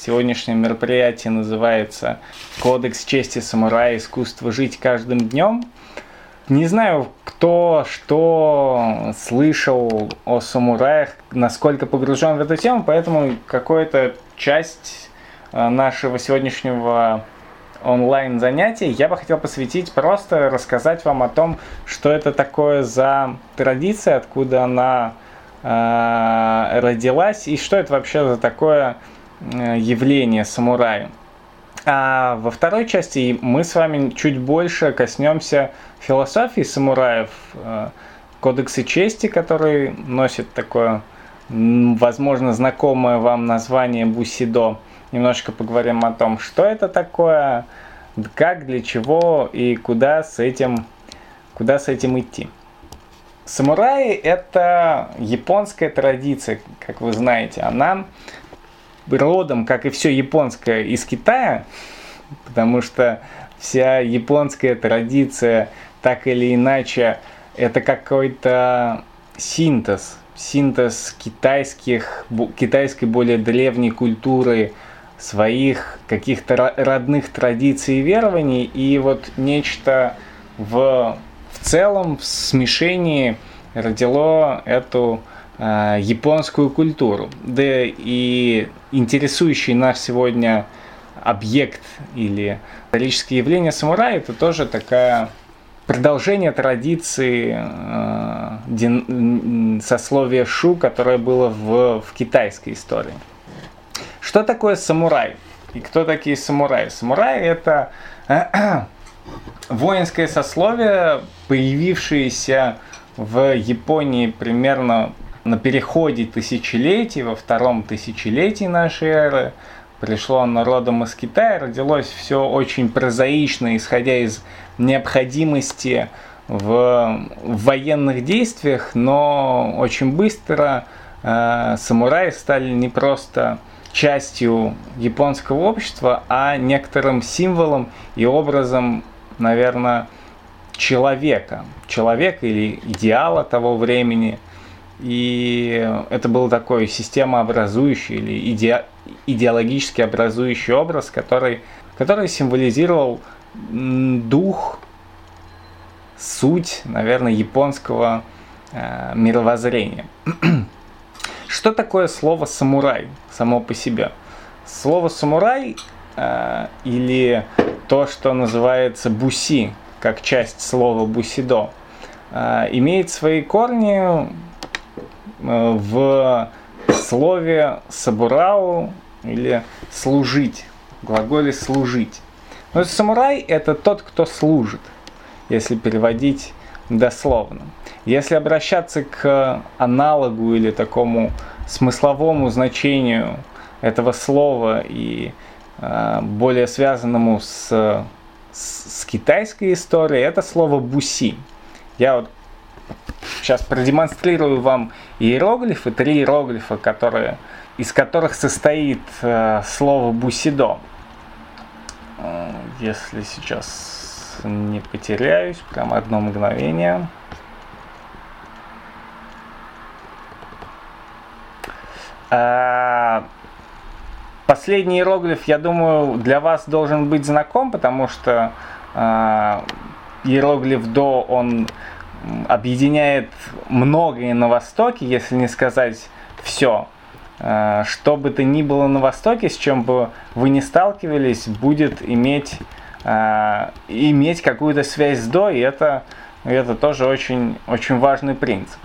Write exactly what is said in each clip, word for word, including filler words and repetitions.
Сегодняшнее мероприятие называется «Кодекс чести самурая. Искусство жить каждым днем». Не знаю, кто что слышал о самураях, насколько погружен в эту тему, поэтому какая-то часть нашего сегодняшнего онлайн-занятия я бы хотел посвятить просто рассказать вам о том, что это такое за традиция, откуда она э, родилась и что это вообще за такое э, явление самурая. А во второй части мы с вами чуть больше коснемся философии самураев, э, кодекса чести, который носит такое, возможно, знакомое вам название бусидо. Немножко поговорим о том, что это такое, как, для чего и куда с этим, куда с этим идти. Самураи – это японская традиция, как вы знаете. Она родом, как и все японское, из Китая, потому что вся японская традиция, так или иначе, это какой-то синтез. Синтез китайских, китайской более древней культуры, своих каких-то родных традиций и верований, и вот нечто в, в целом в смешении родило эту э, японскую культуру. Да и интересующий нас сегодня объект или историческое явление самурая — это тоже такая продолжение традиции э, дин, сословия Шу, которое было в, в китайской истории. Что такое самурай? И кто такие самураи? Самураи – это э, воинское сословие, появившееся в Японии примерно на переходе тысячелетий, во втором тысячелетии нашей эры. Пришло оно родом из Китая, родилось все очень прозаично, исходя из необходимости в, в военных действиях, но очень быстро э, самураи стали не просто частью японского общества, а некоторым символом и образом, наверное, человека. Человека или идеала того времени. И это был такой системообразующий или иде, идеологически образующий образ, который, который символизировал дух, суть, наверное, японского э, мировоззрения. Что такое слово «самурай» само по себе? Слово «самурай» э, или то, что называется «буси», как часть слова «бусидо», э, имеет свои корни э, в слове «сабурау» или «служить», в глаголе «служить». Но самурай – это тот, кто служит, если переводить дословно. Если обращаться к аналогу или такому смысловому значению этого слова и э, более связанному с, с, с китайской историей, это слово «буси». Я вот сейчас продемонстрирую вам иероглифы, три иероглифа, которые, из которых состоит э, слово «бусидо». Э, если сейчас не потеряюсь, прям одно мгновение. Последний иероглиф, я думаю, для вас должен быть знаком, потому что э, иероглиф «до», он объединяет многое на Востоке, если не сказать все. Э, что бы то ни было на Востоке, с чем бы вы ни сталкивались, будет иметь, э, иметь какую-то связь с «до», и это, это тоже очень, очень важный принцип.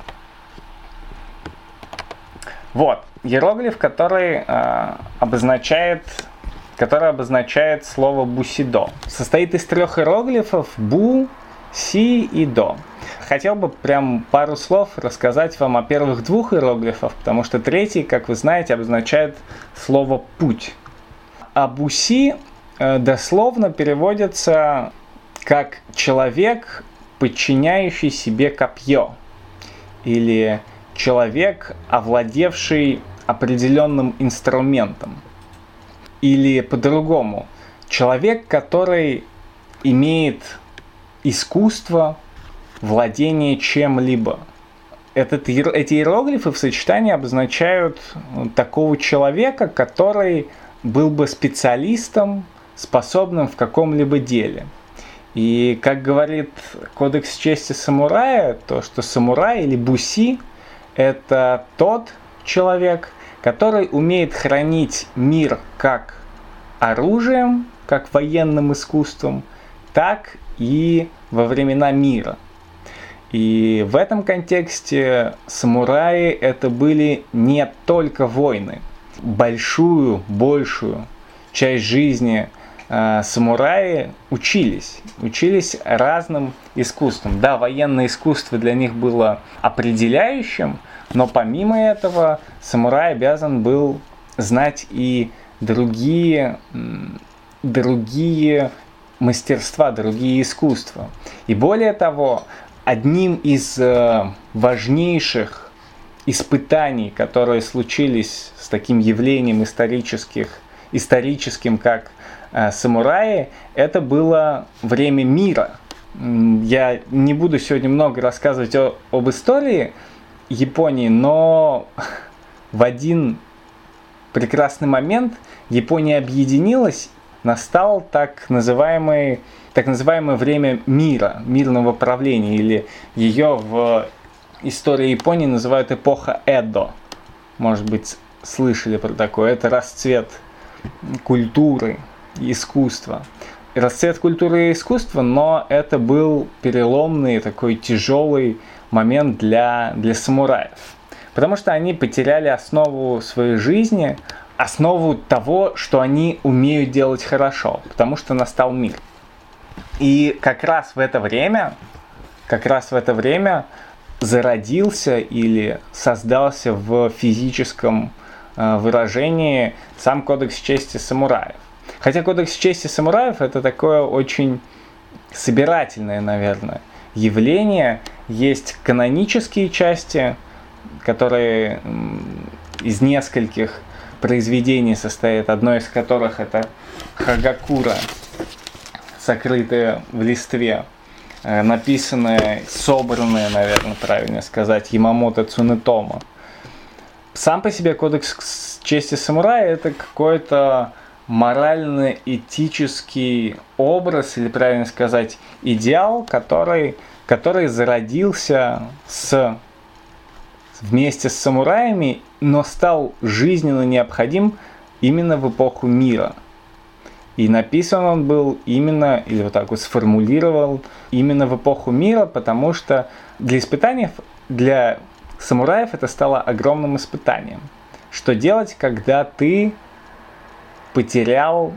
Вот. Иероглиф, который э, обозначает, который обозначает слово «бусидо». Состоит из трех иероглифов: «бу», «си» и «до». Хотел бы прям пару слов рассказать вам о первых двух иероглифах, потому что третий, как вы знаете, обозначает слово «путь». А «буси» э, дословно переводится как «человек, подчиняющий себе копье», или «человек, овладевший определенным инструментом». Или по-другому, человек, который имеет искусство владения чем-либо. Этот, эти иероглифы в сочетании обозначают такого человека, который был бы специалистом, способным в каком-либо деле. И, как говорит Кодекс чести самурая, то, что самурай или буси – это тот человек, который умеет хранить мир как оружием, как военным искусством, так и во времена мира. И в этом контексте самураи это были не только воины. Большую, большую часть жизни э, самураи учились. Учились разным искусствам. Да, военное искусство для них было определяющим, но помимо этого самурай обязан был знать и другие, другие мастерства, другие искусства. И более того, одним из э, важнейших испытаний, которые случились с таким явлением исторических, историческим, как э, самураи, это было время мира. Я не буду сегодня много рассказывать о, об истории Японии, но в один прекрасный момент Япония объединилась, настал так называемый, так называемое время мира, мирного правления, или ее в истории Японии называют эпоха Эдо. Может быть, слышали про такое. Это расцвет культуры и искусства. Расцвет культуры и искусства, но это был переломный, такой тяжелый момент для, для самураев. Потому что они потеряли основу своей жизни, основу того, что они умеют делать хорошо. Потому что настал мир. И как раз в это время, как раз в это время зародился или создался в физическом э, выражении сам Кодекс чести самураев. Хотя Кодекс чести самураев это такое очень собирательное, наверное, явление. Есть канонические части, которые из нескольких произведений состоят, одно из которых это Хагакура, сокрытое в листве, написанное, собранное, наверное, правильно сказать, Ямамото Цунетомо. Сам по себе Кодекс чести самурая это какой-то морально-этический образ, или правильно сказать, идеал, который, который зародился с, вместе с самураями, но стал жизненно необходим именно в эпоху мира. И написан он был именно, или вот так вот сформулировал, именно в эпоху мира, потому что для испытаний, для самураев это стало огромным испытанием. Что делать, когда ты потерял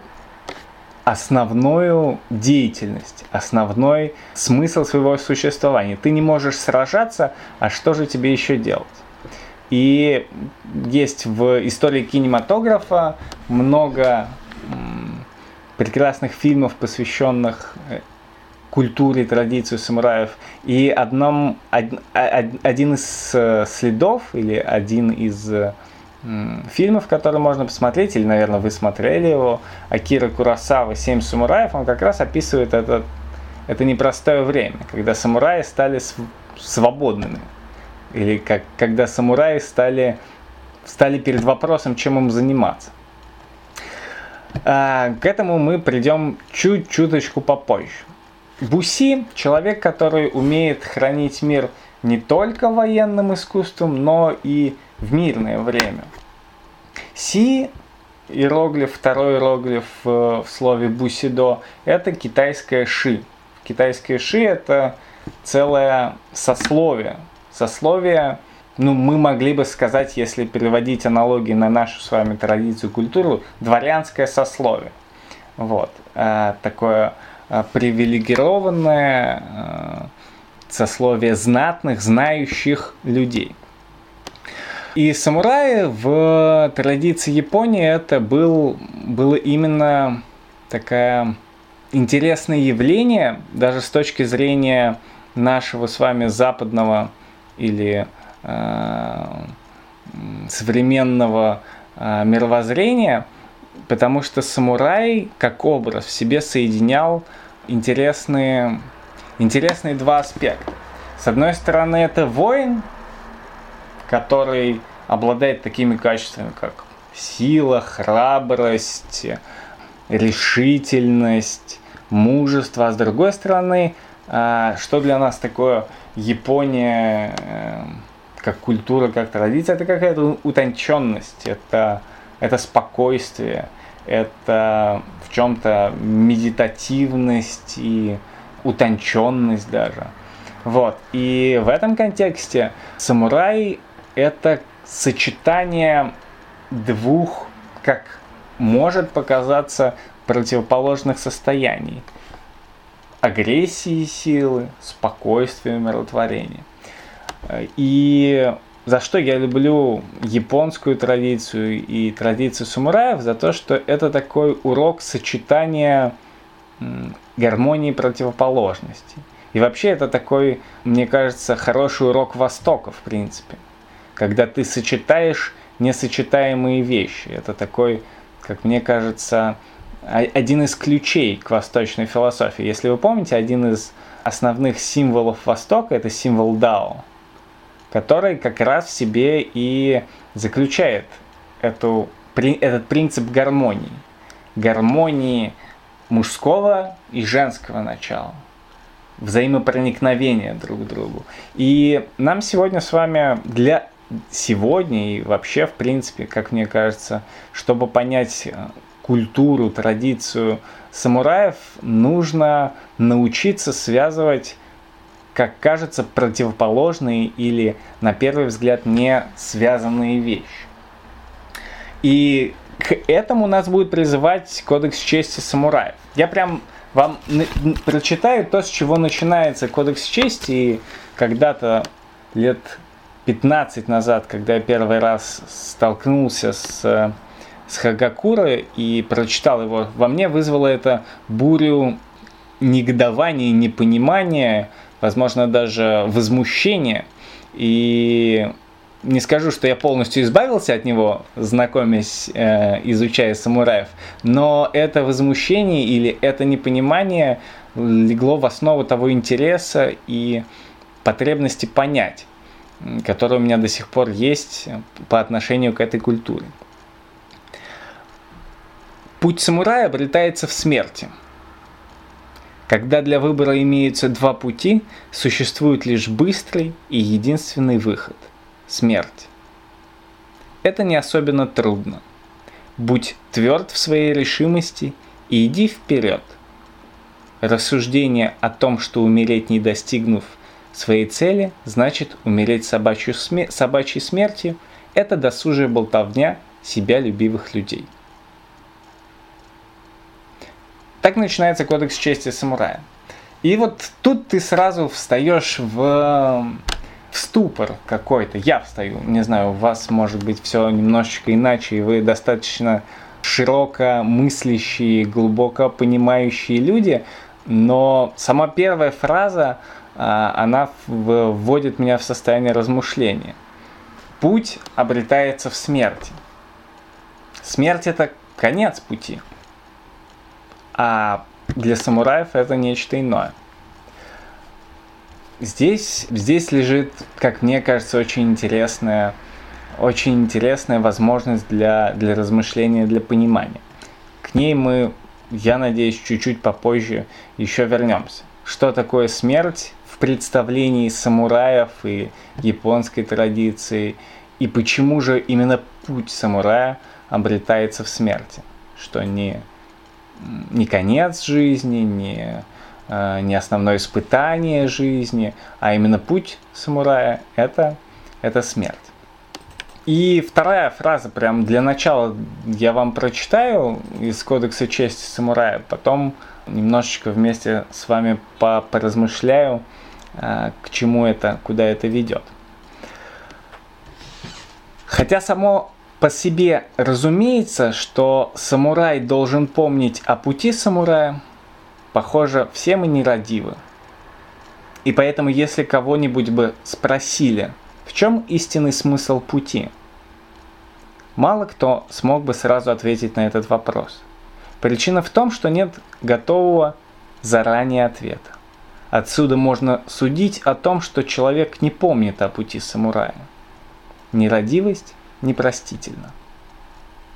основную деятельность, основной смысл своего существования? Ты не можешь сражаться, а что же тебе еще делать? И есть в истории кинематографа много прекрасных фильмов, посвященных культуре и традиции самураев. И одном, од, один из следов, или один из фильмов, которые можно посмотреть, или, наверное, вы смотрели его, Акира Куросава «Семь самураев», он как раз описывает это, это непростое время, когда самураи стали свободными. Или как, когда самураи стали, стали перед вопросом, чем им заниматься. А, к этому мы придем чуть-чуточку попозже. Буси – человек, который умеет хранить мир не только военным искусством, но и в мирное время. Си, иероглиф, второй иероглиф в слове бусидо – это китайское ши. Китайское ши – это целое сословие. Сословие, ну, мы могли бы сказать, если переводить аналогии на нашу с вами традицию, культуру, дворянское сословие. Вот. А, такое а, привилегированное а, сословие знатных, знающих людей. И самураи в традиции Японии это был, было именно такое интересное явление, даже с точки зрения нашего с вами западного или э, современного э, мировоззрения, потому что самурай как образ в себе соединял интересные, интересные два аспекта. С одной стороны, это воин, который обладает такими качествами, как сила, храбрость, решительность, мужество. А с другой стороны, что для нас такое Япония, как культура, как традиция? Это какая-то утонченность, это, это спокойствие, это в чем-то медитативность и утонченность даже. Вот. И в этом контексте самурай — это сочетание двух, как может показаться, противоположных состояний: агрессии, силы, спокойствия, умиротворения. И за что я люблю японскую традицию и традицию самураев? За то, что это такой урок сочетания гармонии противоположностей. И вообще это такой, мне кажется, хороший урок Востока, в принципе. Когда ты сочетаешь несочетаемые вещи. Это такой, как мне кажется, один из ключей к восточной философии. Если вы помните, один из основных символов Востока — это символ Дао, который как раз в себе и заключает эту, этот принцип гармонии. Гармонии мужского и женского начала, взаимопроникновения друг к другу. И нам сегодня с вами для сегодня и вообще, в принципе, как мне кажется, чтобы понять культуру, традицию самураев, нужно научиться связывать, как кажется, противоположные или, на первый взгляд, не связанные вещи. И к этому нас будет призывать Кодекс чести самураев. Я прям вам прочитаю то, с чего начинается Кодекс чести. И когда-то лет пятнадцать назад, когда я первый раз столкнулся с, с Хагакурой и прочитал его, во мне вызвало это бурю негодования, непонимания, возможно, даже возмущения. И не скажу, что я полностью избавился от него, знакомясь, э, изучая самураев, но это возмущение или это непонимание легло в основу того интереса и потребности понять, который у меня до сих пор есть по отношению к этой культуре. Путь самурая обретается в смерти. Когда для выбора имеются два пути, существует лишь быстрый и единственный выход – смерть. Это не особенно трудно. Будь тверд в своей решимости и иди вперед. Рассуждение о том, что умереть, не достигнув своей цели, значит умереть собачью сме- собачьей смертью – это досужая болтовня себя любивых людей. Так начинается Кодекс чести самурая. И вот тут ты сразу встаешь в, в ступор какой-то. Я встаю. Не знаю, у вас может быть все немножечко иначе, и вы достаточно широко мыслящие, глубоко понимающие люди. Но сама первая фраза, она вводит меня в состояние размышления. Путь обретается в смерти. Смерть — это конец пути. А для самураев это нечто иное. Здесь, здесь лежит, как мне кажется, очень интересная, очень интересная возможность для, для размышления, для понимания. К ней мы, я надеюсь, чуть-чуть попозже еще вернемся. Что такое смерть в представлении самураев и японской традиции, и почему же именно путь самурая обретается в смерти, что не не конец жизни, не, э, не основное испытание жизни, а именно путь самурая – это, это смерть. И вторая фраза, прям для начала я вам прочитаю из Кодекса чести самурая, потом немножечко вместе с вами поразмышляю, э, к чему это, куда это ведет. Хотя само по себе разумеется, что самурай должен помнить о пути самурая, похоже, все мы нерадивы. И поэтому, если кого-нибудь бы спросили, в чем истинный смысл пути, мало кто смог бы сразу ответить на этот вопрос. Причина в том, что нет готового заранее ответа. Отсюда можно судить о том, что человек не помнит о пути самурая. Нерадивость непростительно.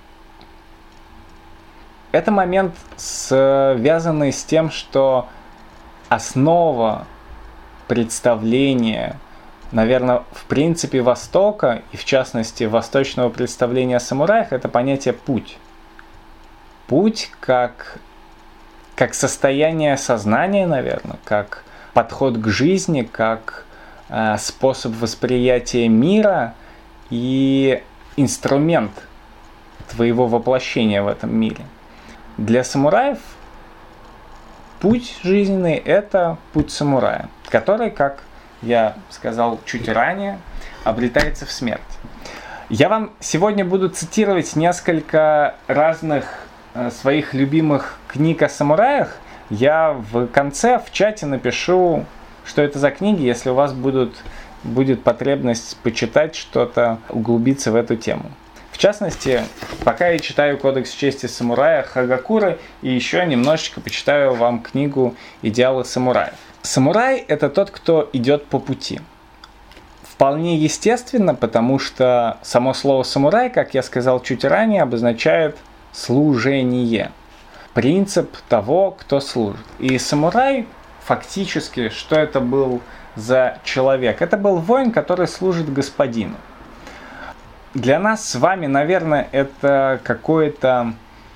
Это момент, связанный с тем, что основа представления, наверное, в принципе Востока, и в частности восточного представления о самураях, это понятие «путь». Путь как, как состояние сознания, наверное, как подход к жизни, как э, способ восприятия мира и инструмент твоего воплощения в этом мире. Для самураев путь жизненный – это путь самурая, который, как я сказал чуть ранее, обретается в смерть. Я вам сегодня буду цитировать несколько разных э, своих любимых книг о самураях. Я в конце в чате напишу, что это за книги, если у вас будут, будет потребность почитать что-то, углубиться в эту тему. В частности, пока я читаю «Кодекс чести самурая» Хагакуры, и еще немножечко почитаю вам книгу «Идеалы самураев». Самурай – это тот, кто идет по пути. Вполне естественно, потому что само слово «самурай», как я сказал чуть ранее, обозначает служение. Принцип того, кто служит. И самурай, фактически, что это был за человек? Это был воин, который служит господину. Для нас с вами, наверное, это какое-то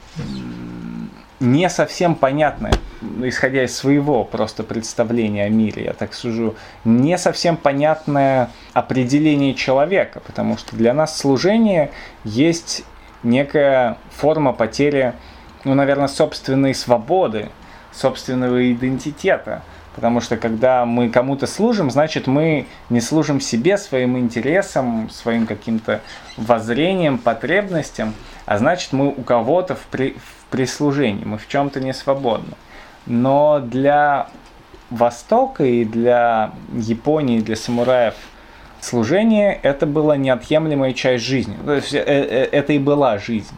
не совсем понятное, исходя из своего просто представления о мире, я так сужу, не совсем понятное определение человека, потому что для нас служение есть некая форма потери, ну, наверное, собственной свободы, собственного идентитета. Потому что когда мы кому-то служим, значит мы не служим себе, своим интересам, своим каким-то воззрениям, потребностям, а значит мы у кого-то в, при, в прислужении, мы в чем-то не свободны. Но для Востока и для Японии, для самураев служение это была неотъемлемая часть жизни. То есть это и была жизнь.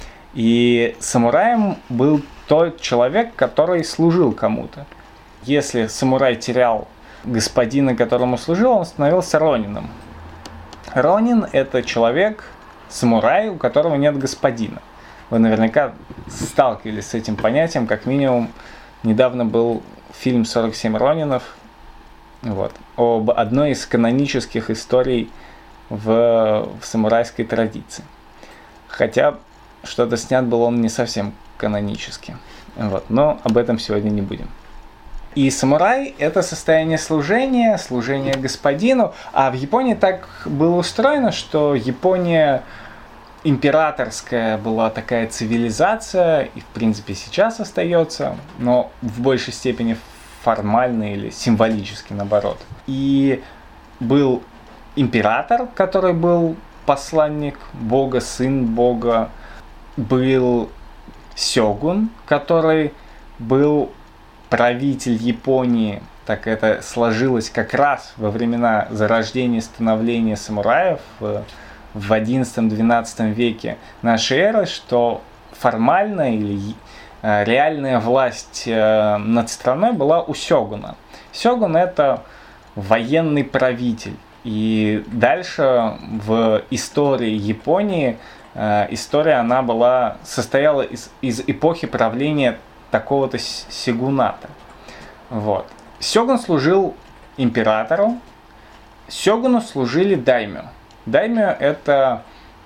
И самураем был тот человек, который служил кому-то. Если самурай терял господина, которому служил, он становился ронином. Ронин – это человек, самурай, у которого нет господина. Вы наверняка сталкивались с этим понятием, как минимум. Недавно был фильм «сорок семь ронинов», вот, об одной из канонических историй в, в самурайской традиции. Хотя что-то снят был он не совсем канонически. Вот, но об этом сегодня не будем. И самурай – это состояние служения, служение господину. А в Японии так было устроено, что Япония императорская была такая цивилизация, и в принципе сейчас остается, но в большей степени формально или символически наоборот. И был император, который был посланник Бога, сын Бога, был сёгун, который был правитель Японии. Так это сложилось как раз во времена зарождения и становления самураев в одиннадцатом-двенадцатом веке нашей эры, что формальная или реальная власть над страной была у сёгуна. Сёгун – это военный правитель. И дальше в истории Японии история она была, состояла из, из эпохи правления такого-то сёгуната. Вот. Сёгун служил императору, сёгуну служили даймё. Даймё – это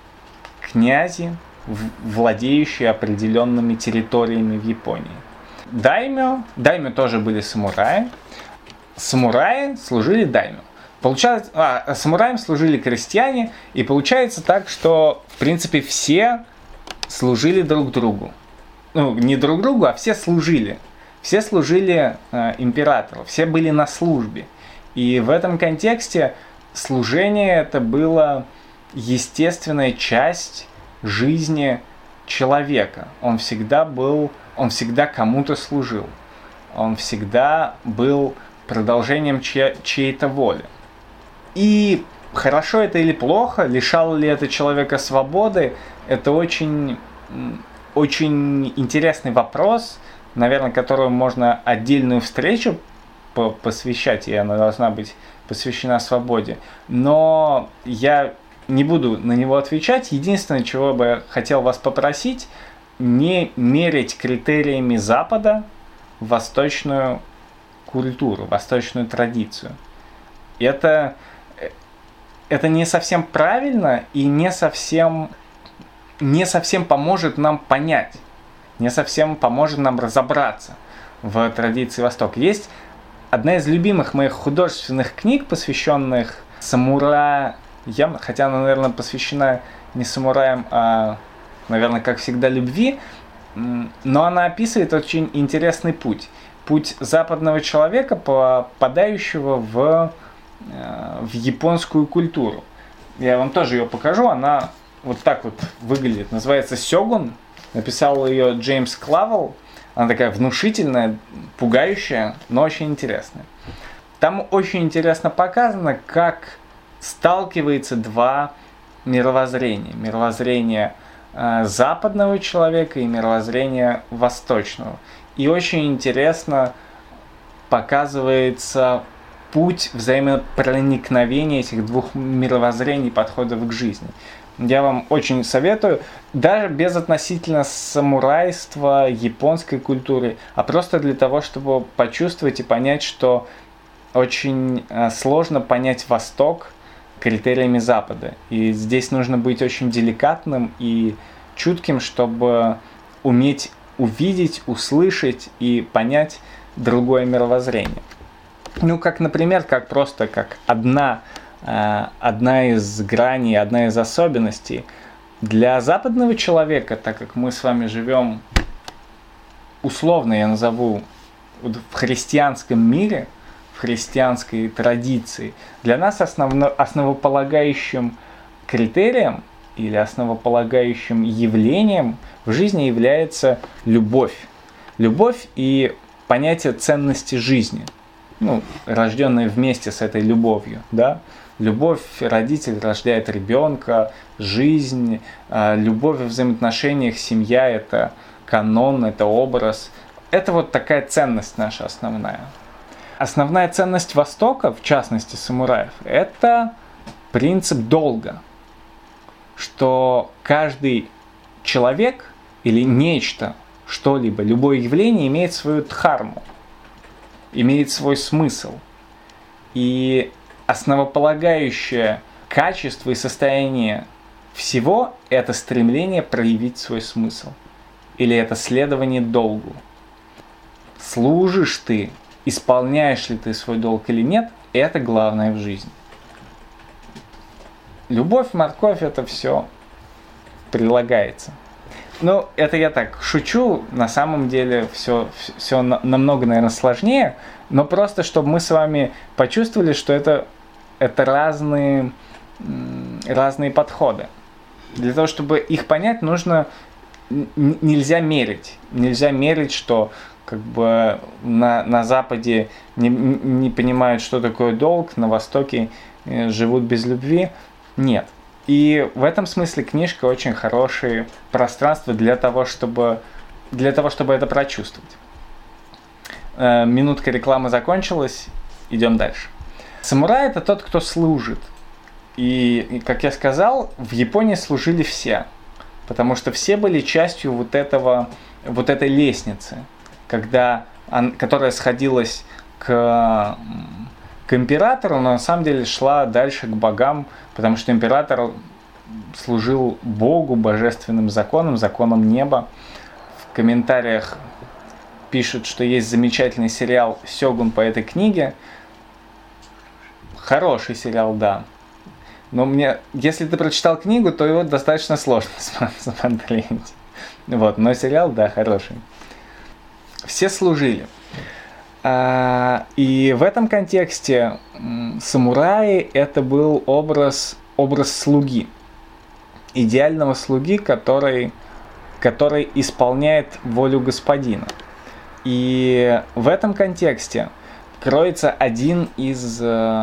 князи, владеющие определенными территориями в Японии. Даймё, даймё тоже были самураи, самураи служили даймё. Получается, а, самураям служили крестьяне, и получается так, что в принципе все служили друг другу. Ну, не друг другу, а все служили. Все служили э, императору, все были на службе. И в этом контексте служение это была естественная часть жизни человека. Он всегда был, он всегда кому-то служил. Он всегда был продолжением чьей- чьей-то воли. И хорошо это или плохо, лишало ли это человека свободы, это очень... Очень интересный вопрос, наверное, которому можно отдельную встречу посвящать, и она должна быть посвящена свободе. Но я не буду на него отвечать. Единственное, чего бы я хотел вас попросить, не мерить критериями Запада восточную культуру, восточную традицию. Это, это не совсем правильно и не совсем, не совсем поможет нам понять, не совсем поможет нам разобраться в традиции Востока. Есть одна из любимых моих художественных книг, посвященных самураям, хотя она, наверное, посвящена не самураям, а, наверное, как всегда, любви, но она описывает очень интересный путь. Путь западного человека, попадающего в, в японскую культуру. Я вам тоже ее покажу, она вот так вот выглядит. Называется «Сёгун». Написал ее Джеймс Клавелл. Она такая внушительная, пугающая, но очень интересная. Там очень интересно показано, как сталкиваются два мировоззрения. Мировоззрение э, западного человека и мировоззрение восточного. И очень интересно показывается путь взаимопроникновения этих двух мировоззрений, подходов к жизни. Я вам очень советую, даже без относительно самурайства, японской культуры, а просто для того, чтобы почувствовать и понять, что очень сложно понять Восток критериями Запада. И здесь нужно быть очень деликатным и чутким, чтобы уметь увидеть, услышать и понять другое мировоззрение. Ну, как, например, как просто как одна одна из граней, одна из особенностей для западного человека, так как мы с вами живем, условно я назову, в христианском мире, в христианской традиции, для нас основно, основополагающим критерием или основополагающим явлением в жизни является любовь. Любовь и понятие ценности жизни, ну, рожденные вместе с этой любовью, да. Любовь, родитель рождает ребенка, жизнь, любовь в взаимоотношениях, семья – это канон, это образ. Это вот такая ценность наша основная. Основная ценность Востока, в частности самураев, это принцип долга. Что каждый человек или нечто, что-либо, любое явление имеет свою дхарму, имеет свой смысл. И основополагающее качество и состояние всего – это стремление проявить свой смысл. Или это следование долгу. Служишь ты, исполняешь ли ты свой долг или нет – это главное в жизни. Любовь, морковь – это все прилагается. Ну, это я так шучу, на самом деле все, все намного, наверное, сложнее, но просто, чтобы мы с вами почувствовали, что это, это разные, разные подходы. Для того, чтобы их понять, нужно, нельзя мерить. Нельзя мерить, что как бы на, на Западе не, не понимают, что такое долг, на Востоке живут без любви. Нет. И в этом смысле книжка очень хорошее пространство для того, чтобы, для того, чтобы это прочувствовать. Э, минутка рекламы закончилась, идем дальше. Самурай – это тот, кто служит. И, и, как я сказал, в Японии служили все. Потому что все были частью вот, этого, вот этой лестницы, когда, которая сходилась к... к императору, но на самом деле шла дальше к богам, потому что император служил Богу, божественным законам, законам неба. В комментариях пишут, что есть замечательный сериал «Сёгун» по этой книге. Хороший сериал, да. Но мне, если ты прочитал книгу, то его достаточно сложно смотреть. Вот, но сериал, да, хороший. Все служили. И в этом контексте самураи – это был образ, образ слуги, идеального слуги, который, который исполняет волю господина. И в этом контексте кроется один из,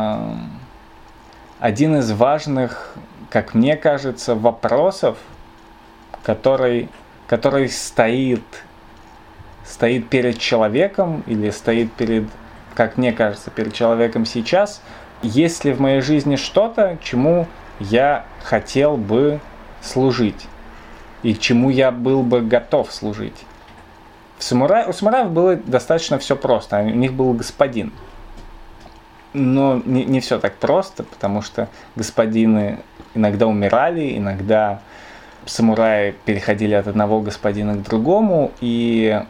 один из важных, как мне кажется, вопросов, который, который стоит стоит перед человеком или стоит перед, как мне кажется, перед человеком сейчас, есть ли в моей жизни что-то, чему я хотел бы служить. и к чему я был бы готов служить. В самурай... У самураев было достаточно все просто, у них был господин. Но не, не все так просто, потому что господины иногда умирали, иногда самураи переходили от одного господина к другому, и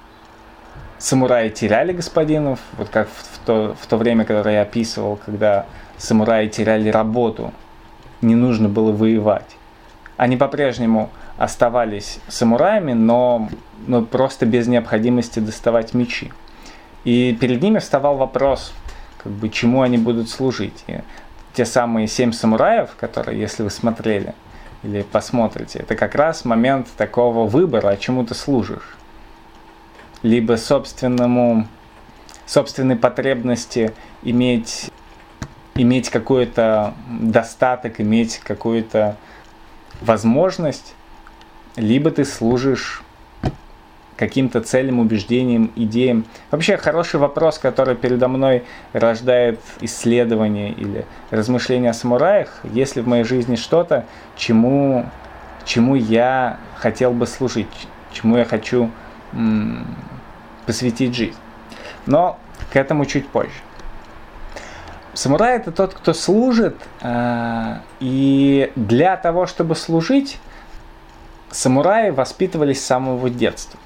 самураи теряли господинов, вот как в то, в то время, которое я описывал, когда самураи теряли работу, не нужно было воевать. Они по-прежнему оставались самураями, но, но просто без необходимости доставать мечи. И перед ними вставал вопрос, как бы, чему они будут служить. И те самые семь самураев, которые, если вы смотрели или посмотрите, это как раз момент такого выбора, а чему ты служишь. Либо собственному, собственной потребности иметь, иметь какой-то достаток, иметь какую-то возможность, либо ты служишь каким-то целям, убеждениям, идеям. Вообще хороший вопрос, который передо мной рождает исследование или размышления о самураях. Есть ли в моей жизни что-то, чему, чему я хотел бы служить, чему я хочу м- посвятить жизнь. Но к этому чуть позже. Самурай — это тот, кто служит, э- и для того, чтобы служить, самураи воспитывались с самого детства.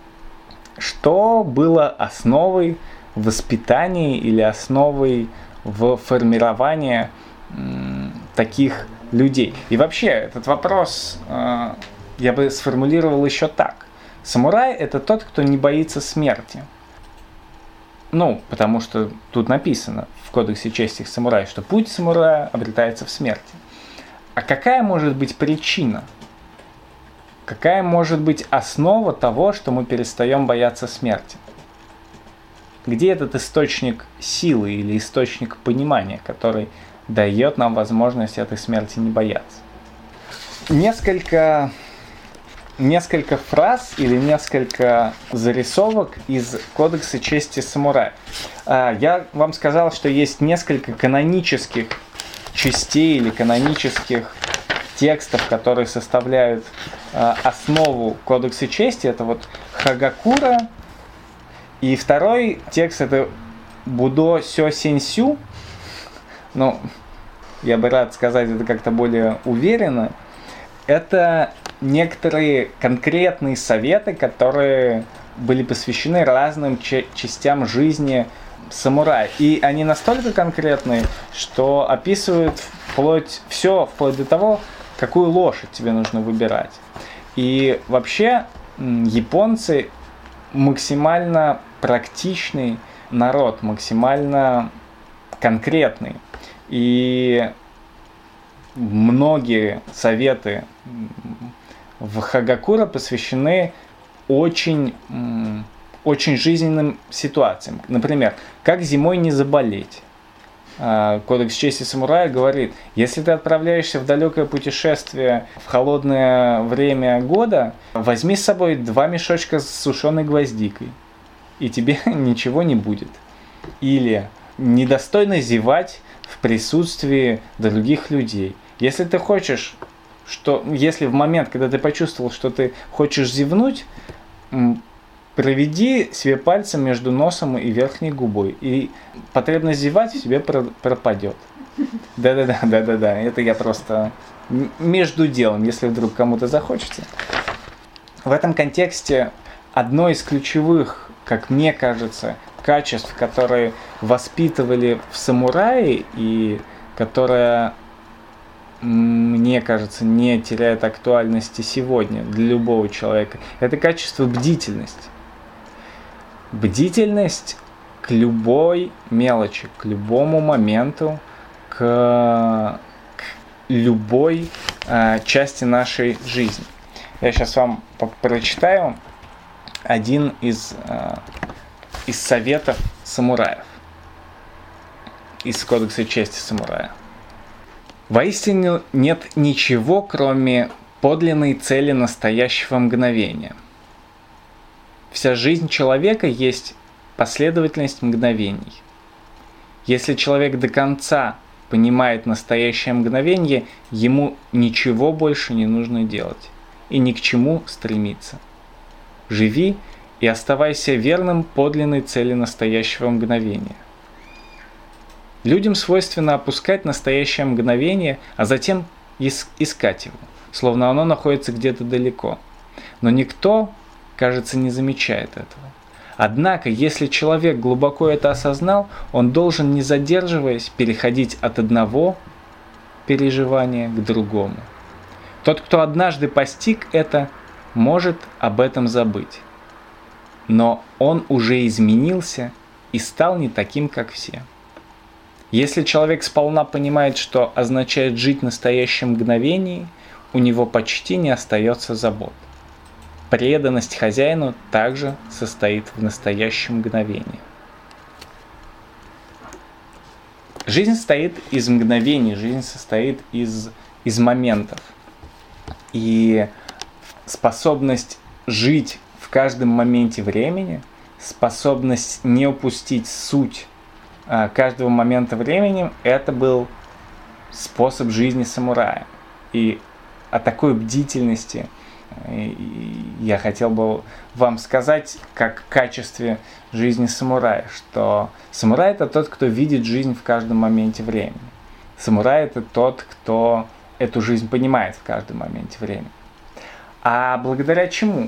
Что было основой воспитания или основой в формировании м, таких людей? И вообще, этот вопрос э, я бы сформулировал еще так. Самурай — это тот, кто не боится смерти. Ну, потому что тут написано в Кодексе чести самурая, что путь самурая обретается в смерти. А какая может быть причина? Какая может быть основа того, что мы перестаем бояться смерти? Где этот источник силы или источник понимания, который дает нам возможность этой смерти не бояться? Несколько, несколько фраз или несколько зарисовок из Кодекса чести самурая. Я вам сказал, что есть несколько канонических частей или канонических текстов, которые составляют э, основу Кодекса чести. Это вот Хагакура. И второй текст — это Будо Сё Сенсю. Ну, я бы рад сказать это как-то более уверенно. Это некоторые конкретные советы, которые были посвящены разным ч- частям жизни самурая. И они настолько конкретные, что описывают вплоть, все вплоть до того, какую лошадь тебе нужно выбирать. И вообще японцы максимально практичный народ, максимально конкретный. И многие советы в Хагакура посвящены очень, очень жизненным ситуациям. Например, как зимой не заболеть. Кодекс чести самурая говорит, если ты отправляешься в далекое путешествие в холодное время года, возьми с собой два мешочка с сушеной гвоздикой, и тебе ничего не будет. Или недостойно зевать в присутствии других людей. Если ты хочешь, что, если в момент, когда ты почувствовал, что ты хочешь зевнуть, проведи себе пальцем между носом и верхней губой, и потребность зевать в тебе пропадет. Да-да-да, да-да-да. Это я просто между делом, если вдруг кому-то захочется. В этом контексте одно из ключевых, как мне кажется, качеств, которые воспитывали в самурае и которое, мне кажется, не теряет актуальности сегодня для любого человека, это качество бдительности. Бдительность к любой мелочи, к любому моменту, к, к любой э, части нашей жизни. Я сейчас вам прочитаю один из, э, из советов самураев, из Кодекса чести самурая. Воистину нет ничего, кроме подлинной цели настоящего мгновения. Вся жизнь человека есть последовательность мгновений. Если человек до конца понимает настоящее мгновение, ему ничего больше не нужно делать. и ни к чему стремиться. Живи и оставайся верным подлинной цели настоящего мгновения. Людям свойственно опускать настоящее мгновение, а затем искать его, словно оно находится где-то далеко. Но никто, кажется, не замечает этого. Однако, если человек глубоко это осознал, он должен, не задерживаясь, переходить от одного переживания к другому. Тот, кто однажды постиг это, может об этом забыть. Но он уже изменился и стал не таким, как все. Если человек сполна понимает, что означает жить в настоящем мгновении, у него почти не остается забот. Преданность хозяину также состоит в настоящем мгновении. Жизнь состоит из мгновений, жизнь состоит из, из моментов. И способность жить в каждом моменте времени, способность не упустить суть а, каждого момента времени, это был способ жизни самурая. И о такой бдительности я хотел бы вам сказать, как в качестве жизни самурая, что самурай – это тот, кто видит жизнь в каждом моменте времени. Самурай – это тот, кто эту жизнь понимает в каждом моменте времени. А благодаря чему?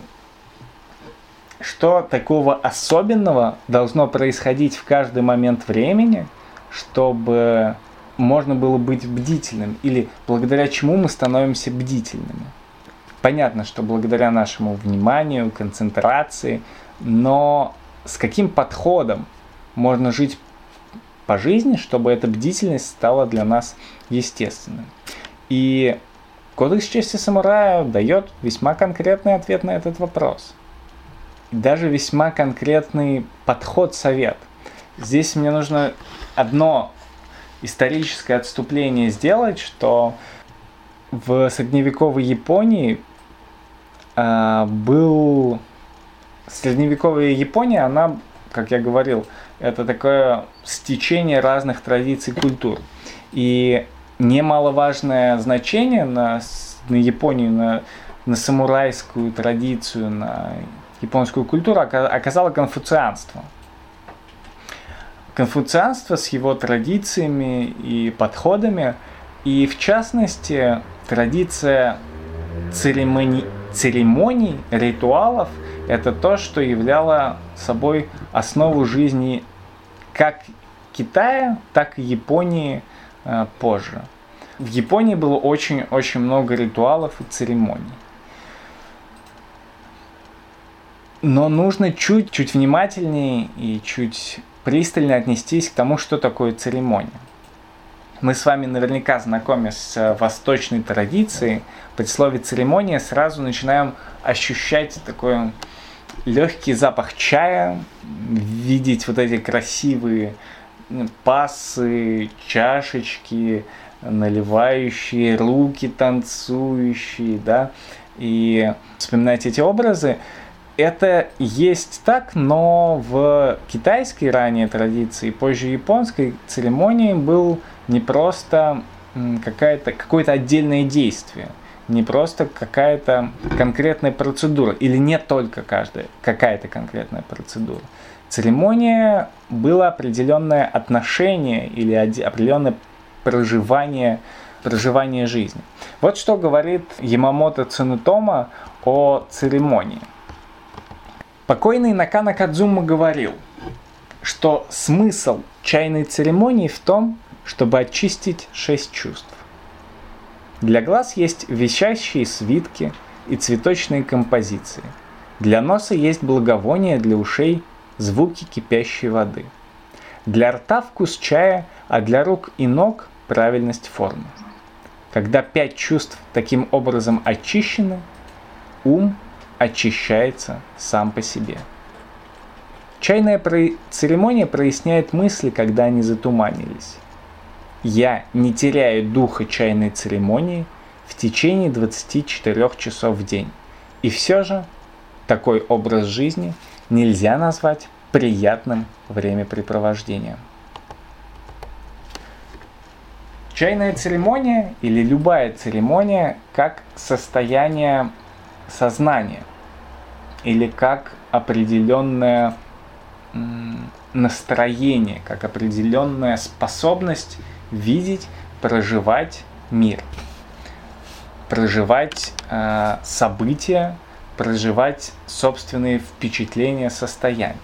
Что такого особенного должно происходить в каждый момент времени, чтобы можно было быть бдительным? Или благодаря чему мы становимся бдительными? Понятно, что благодаря нашему вниманию, концентрации, но с каким подходом можно жить по жизни, чтобы эта бдительность стала для нас естественной? И Кодекс чести самурая дает весьма конкретный ответ на этот вопрос. И даже весьма конкретный подход, совет. Здесь мне нужно одно историческое отступление сделать, что в средневековой Японии э, был... Средневековая Япония, она, как я говорил, это такое стечение разных традиций и культур. И немаловажное значение на, на Японию, на, на самурайскую традицию, на японскую культуру оказало конфуцианство. Конфуцианство с его традициями и подходами, и в частности традиция церемоний, церемоний, ритуалов, это то, что являло собой основу жизни как Китая, так и Японии э, позже. В Японии было очень-очень много ритуалов и церемоний. Но нужно чуть-чуть внимательнее и чуть пристальнее отнестись к тому, что такое церемония. Мы с вами наверняка, знакомясь с восточной традицией, при слове «церемония» сразу начинаем ощущать такой легкий запах чая, видеть вот эти красивые пассы, чашечки, наливающие, руки танцующие, да, и вспоминать эти образы. Это есть так, но в китайской ранее традиции, позже японской церемонии был не просто какая-то, какое-то отдельное действие, не просто какая-то конкретная процедура, или не только каждая, какая-то конкретная процедура. Церемония было определенное отношение или определенное проживание, проживание жизни. Вот что говорит Ямамото Цунетома о церемонии. Покойный Накана Кадзума говорил, что смысл чайной церемонии в том, чтобы очистить шесть чувств. Для глаз есть вещащие свитки и цветочные композиции. Для носа есть благовония, для ушей звуки кипящей воды. Для рта вкус чая, а для рук и ног правильность формы. Когда пять чувств таким образом очищены, ум очищается сам по себе. Чайная про... церемония проясняет мысли, когда они затуманились. Я не теряю духа чайной церемонии в течение двадцати четырёх часов в день. И все же такой образ жизни нельзя назвать приятным времяпрепровождением. Чайная церемония или любая церемония как состояние сознание или как определенное настроение, как определенная способность видеть, проживать мир, проживать э, события, проживать собственные впечатления, состояния.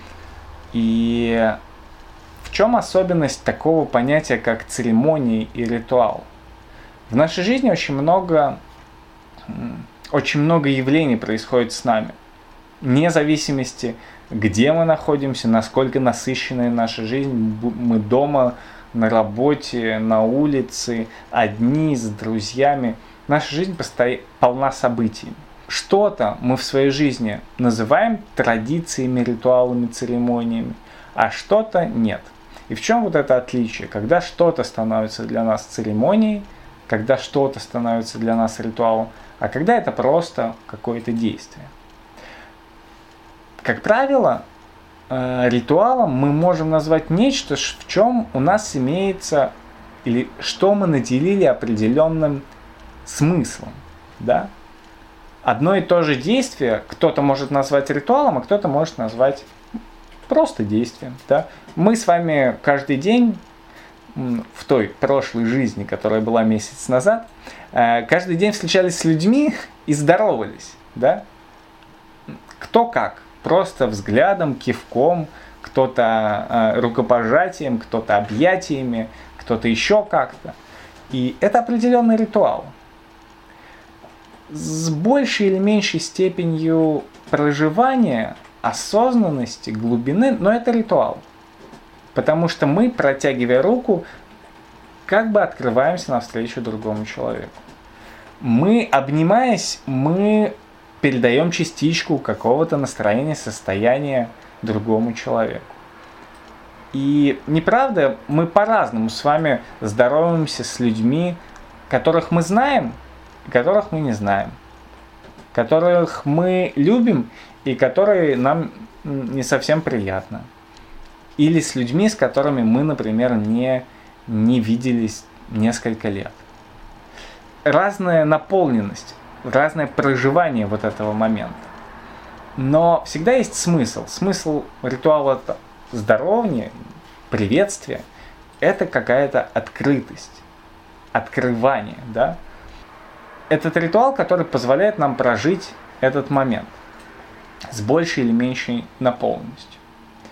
И в чем особенность такого понятия, как церемонии и ритуал? В нашей жизни очень много, очень много явлений происходит с нами, вне зависимости, где мы находимся, насколько насыщенная наша жизнь, мы дома, на работе, на улице, одни, с друзьями. Наша жизнь постоянно полна событий. Что-то мы в своей жизни называем традициями, ритуалами, церемониями, а что-то нет. И в чем вот это отличие? Когда что-то становится для нас церемонией, когда что-то становится для нас ритуалом, а когда это просто какое-то действие. Как правило, ритуалом мы можем назвать нечто, в чем у нас имеется, или что мы наделили определенным смыслом. Да? Одно и то же действие кто-то может назвать ритуалом, а кто-то может назвать просто действием. Да? Мы с вами каждый день, в той прошлой жизни, которая была месяц назад, каждый день встречались с людьми и здоровались. Да? Кто как. Просто взглядом, кивком, кто-то э, рукопожатием, кто-то объятиями, кто-то еще как-то. И это определенный ритуал. С большей или меньшей степенью проживания, осознанности, глубины, но это ритуал. Потому что мы, протягивая руку, как бы открываемся навстречу другому человеку. Мы, обнимаясь, мы передаем частичку какого-то настроения, состояния другому человеку. И неправда, мы по-разному с вами здороваемся с людьми, которых мы знаем и которых мы не знаем, которых мы любим и которые нам не совсем приятно. Или с людьми, с которыми мы, например, не, не виделись несколько лет. Разная наполненность, разное проживание вот этого момента. Но всегда есть смысл. Смысл ритуала здоровья, приветствия – это какая-то открытость, открывание. Да? Этот ритуал, который позволяет нам прожить этот момент с большей или меньшей наполненностью.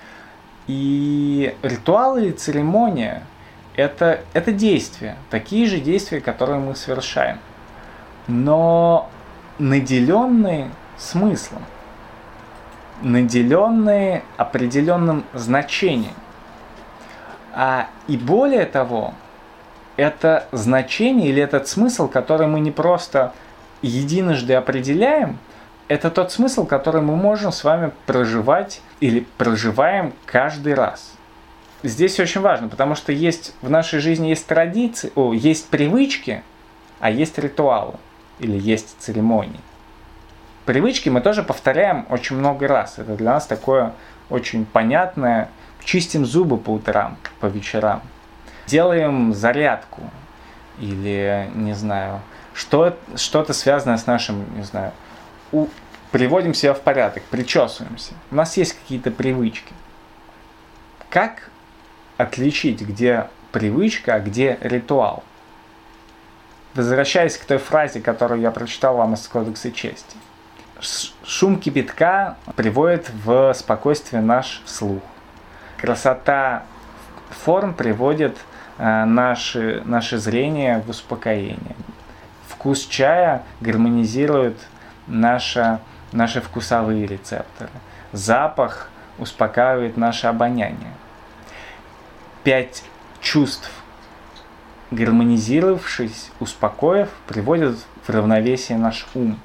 И ритуалы и церемония – это, это действия, такие же действия, которые мы совершаем, но наделенные смыслом, наделенные определенным значением. А, и более того, это значение или этот смысл, который мы не просто единожды определяем, это тот смысл, который мы можем с вами проживать или проживаем каждый раз. Здесь очень важно, потому что есть в нашей жизни есть традиции, о, есть привычки, а есть ритуалы или есть церемонии. Привычки мы тоже повторяем очень много раз. Это для нас такое очень понятное. Чистим зубы по утрам, по вечерам. Делаем зарядку. Или, не знаю, что, что-то связанное с нашим, не знаю, у, приводим себя в порядок, причесываемся. У нас есть какие-то привычки. Как отличить, где привычка, а где ритуал? Возвращаясь к той фразе, которую я прочитал вам из Кодекса чести. Шум кипятка приводит в спокойствие наш слух. Красота форм приводит э, наше, наше зрение в успокоение. Вкус чая гармонизирует наше, наши вкусовые рецепторы. Запах успокаивает наше обоняние. Пять чувств, гармонизировавшись, успокоив, приводят в равновесие наш ум.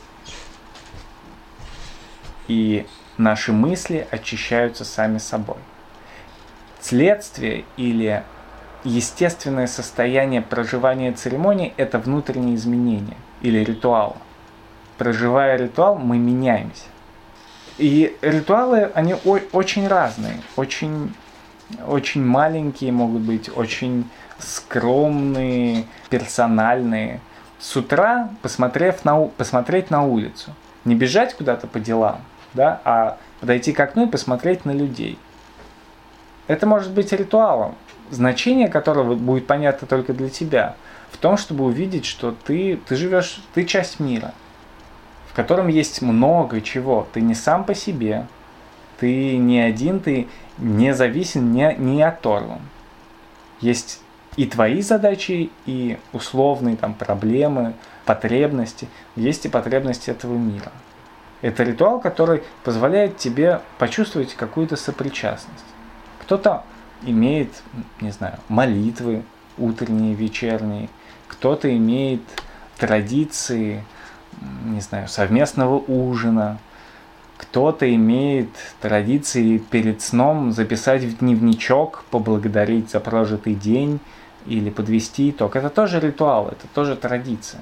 И наши мысли очищаются сами собой. Следствие или естественное состояние проживания церемонии – это внутренние изменения или ритуал. Проживая ритуал, мы меняемся. И ритуалы, они о- очень разные, очень, очень маленькие могут быть, очень скромные, персональные. с утра, посмотрев на, посмотреть на улицу. Не бежать куда-то по делам, да, а подойти к окну и посмотреть на людей. Это может быть ритуалом, значение которого будет понятно только для тебя, в том, чтобы увидеть, что ты, ты живешь, ты часть мира, в котором есть много чего. Ты не сам по себе, ты не один, ты не зависим, не, не оторван. Есть и твои задачи, и условные там проблемы, потребности, есть и потребности этого мира. Это ритуал, который позволяет тебе почувствовать какую-то сопричастность. Кто-то имеет, не знаю, молитвы утренние, вечерние, кто-то имеет традиции, не знаю, совместного ужина, кто-то имеет традиции перед сном записать в дневничок, поблагодарить за прожитый день или подвести итог. Это тоже ритуал, это тоже традиция.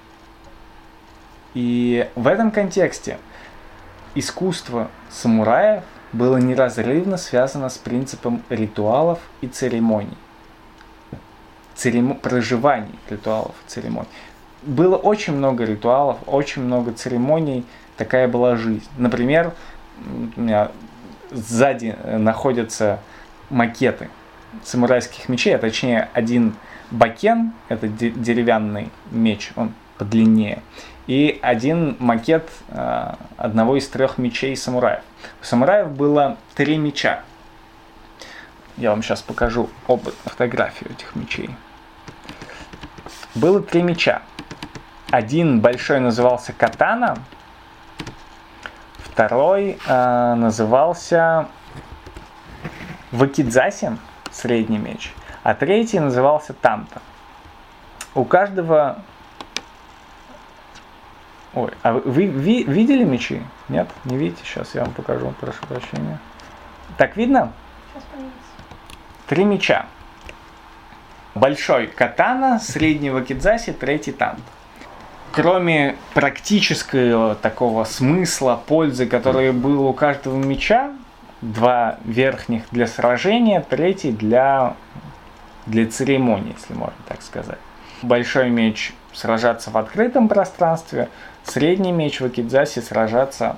И в этом контексте искусство самураев было неразрывно связано с принципом ритуалов и церемоний. Церемо... Проживаний ритуалов и церемоний. Было очень много ритуалов, очень много церемоний, такая была жизнь. Например, у меня сзади находятся макеты самурайских мечей, а точнее один бакен, это деревянный меч, он подлиннее, и один макет э, одного из трех мечей самураев. У самураев было три меча. Я вам сейчас покажу оба фотографию этих мечей. Было три меча. Один большой назывался катана, второй э, назывался вакидзаси, средний меч, а третий назывался танта. У каждого... Ой, а вы, вы ви, видели мечи? Нет? Не видите? Сейчас я вам покажу, прошу прощения. Так видно? Сейчас появится. Три меча. Большой катана, средний вакидзаси, третий танта. Кроме практического такого смысла, пользы, который был у каждого меча, два верхних для сражения, третий для, для церемонии, если можно так сказать. Большой меч сражаться в открытом пространстве, средний меч вакидзаси сражаться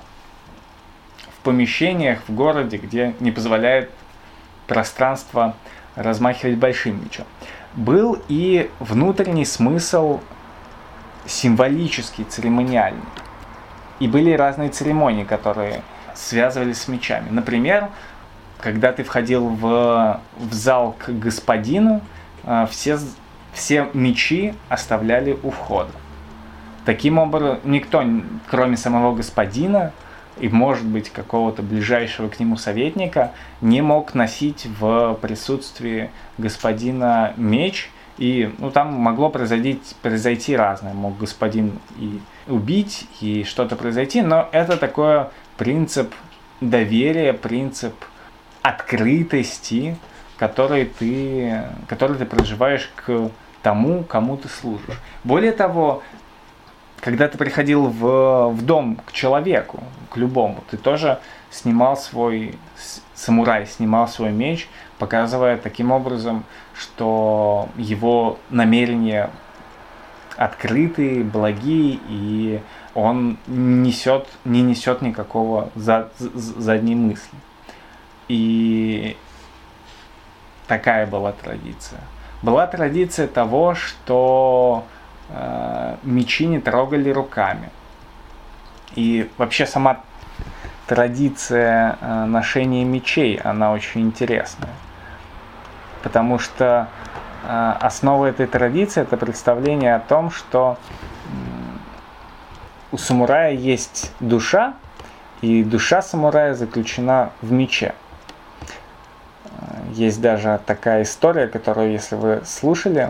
в помещениях, в городе, где не позволяет пространство размахивать большим мечом. Был и внутренний смысл символический, церемониальный. И были разные церемонии, которые связывались с мечами. Например, когда ты входил в, в зал к господину, все, все мечи оставляли у входа. Таким образом, никто, кроме самого господина и, может быть, какого-то ближайшего к нему советника, не мог носить в присутствии господина меч. И ну, там могло произойти, произойти разное. Мог господин и убить, и что-то произойти, но это такой принцип доверия, принцип открытости, который ты, который ты проживаешь к тому, кому ты служишь. Более того, когда ты приходил в, в дом к человеку, к любому, ты тоже снимал свой, самурай снимал свой меч, показывая таким образом, что его намерения открытые, благие, и он несет, не несет никакого зад, задней мысли. И такая была традиция. Была традиция того, что э, мечи не трогали руками. И вообще сама традиция э, ношения мечей, она очень интересная. Потому что э, основа этой традиции – это представление о том, что э, у самурая есть душа, и душа самурая заключена в мече. Есть даже такая история, которую, если вы слушали,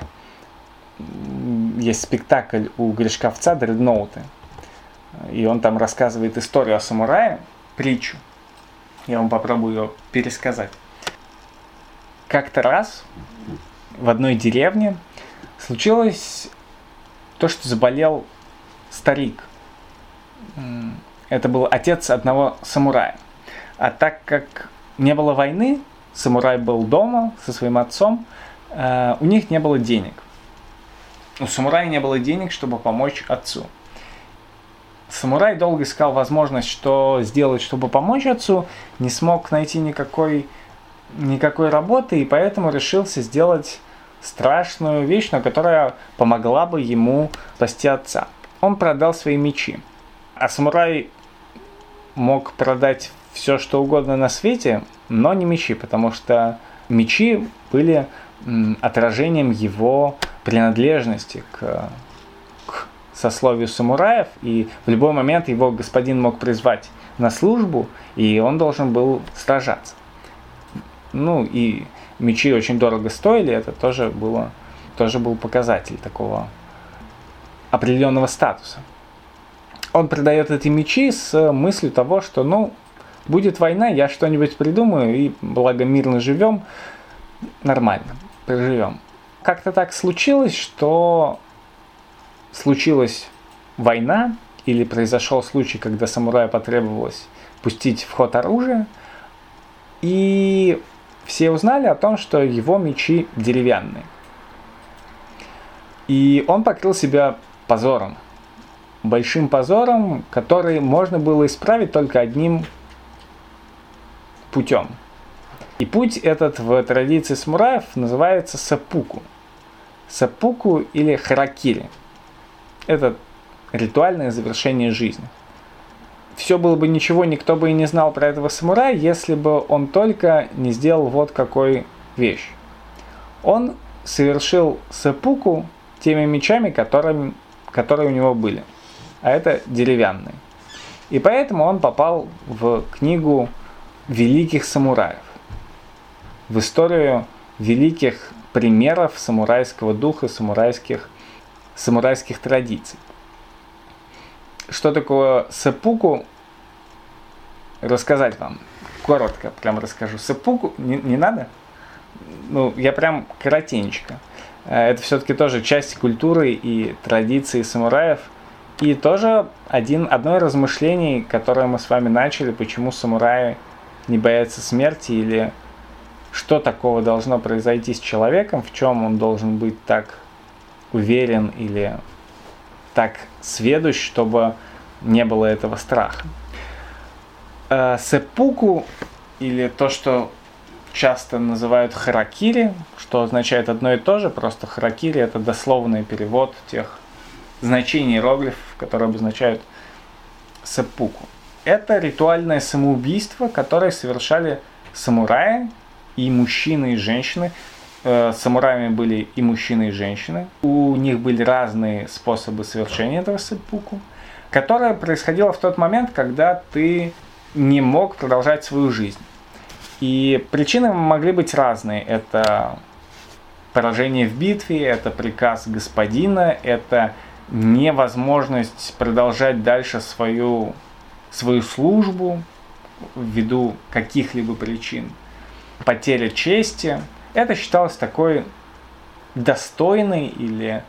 есть спектакль у Гришковца «Дредноуты». И он там рассказывает историю о самурае, притчу. Я вам попробую ее пересказать. Как-то раз в одной деревне случилось то, что заболел старик. Это был отец одного самурая. А так как не было войны, самурай был дома со своим отцом, у них не было денег. У самурая не было денег, чтобы помочь отцу. Самурай долго искал возможность, что сделать, чтобы помочь отцу, не смог найти никакой, никакой работы, и поэтому решился сделать страшную вещь, но которая помогла бы ему спасти отца. Он продал свои мечи. А самурай мог продать все, что угодно на свете, но не мечи, потому что мечи были отражением его принадлежности к, к сословию самураев, и в любой момент его господин мог призвать на службу, и он должен был сражаться. Ну и мечи очень дорого стоили, это тоже, было, тоже был показатель такого определенного статуса. Он продает эти мечи с мыслью того, что, ну, будет война, я что-нибудь придумаю, и благо мирно живем, нормально, проживем. Как-то так случилось, что случилась война, или произошел случай, когда самураю потребовалось пустить в ход оружие, и все узнали о том, что его мечи деревянные. И он покрыл себя позором, большим позором, который можно было исправить только одним путем. И путь этот в традиции самураев называется сэппуку. Сэппуку или харакири. Это ритуальное завершение жизни. Все было бы ничего, никто бы и не знал про этого самурая, если бы он только не сделал вот какой вещь. Он совершил сэппуку теми мечами, которыми, которые у него были. А это деревянные. И поэтому он попал в книгу великих самураев. В историю великих примеров самурайского духа, самурайских, самурайских традиций. Что такое сэппуку? Рассказать вам. Коротко прям расскажу. Сэппуку не, не надо? Ну, я прям коротенько. Это все-таки тоже часть культуры и традиции самураев. И тоже один, одно из размышлений, которое мы с вами начали, почему самураи не боятся смерти, или что такого должно произойти с человеком, в чем он должен быть так уверен или так сведущ, чтобы не было этого страха. Сэппуку, или то, что часто называют харакири, что означает одно и то же, просто харакири — это дословный перевод тех значений иероглифов, которые обозначают сэппуку. Это ритуальное самоубийство, которое совершали самураи, и мужчины, и женщины. Э, самураями были и мужчины, и женщины. У них были разные способы совершения этого сэппуку, которое происходило в тот момент, когда ты не мог продолжать свою жизнь. И причины могли быть разные. Это поражение в битве, это приказ господина, это невозможность продолжать дальше свою, свою службу ввиду каких-либо причин. Потеря чести. Это считалось такой достойной или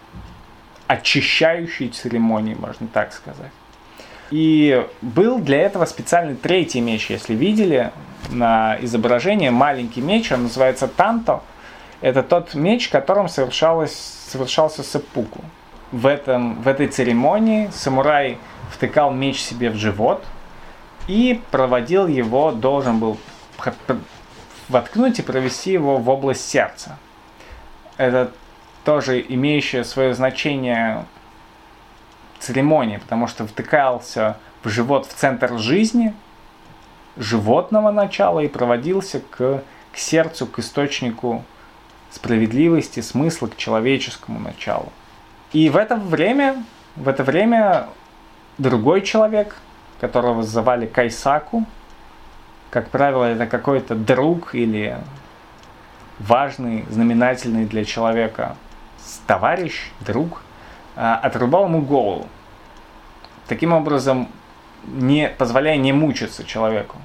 очищающей церемонией, можно так сказать. И был для этого специальный третий меч, если видели на изображении, маленький меч, он называется танто. Это тот меч, которым совершалось, совершался сэппуку. В, этом, в этой церемонии самурай втыкал меч себе в живот и проводил его, должен был воткнуть и провести его в область сердца. Это тоже имеющее свое значение церемония, потому что втыкался в живот, в центр жизни, животного начала, и проводился к, к сердцу, к источнику справедливости, смысла, к человеческому началу. И в это время, в это время другой человек, которого звали Кайсаку, как правило, это какой-то друг или важный, знаменательный для человека товарищ, друг, отрубал ему голову. Таким образом, не позволяя не мучиться человеку.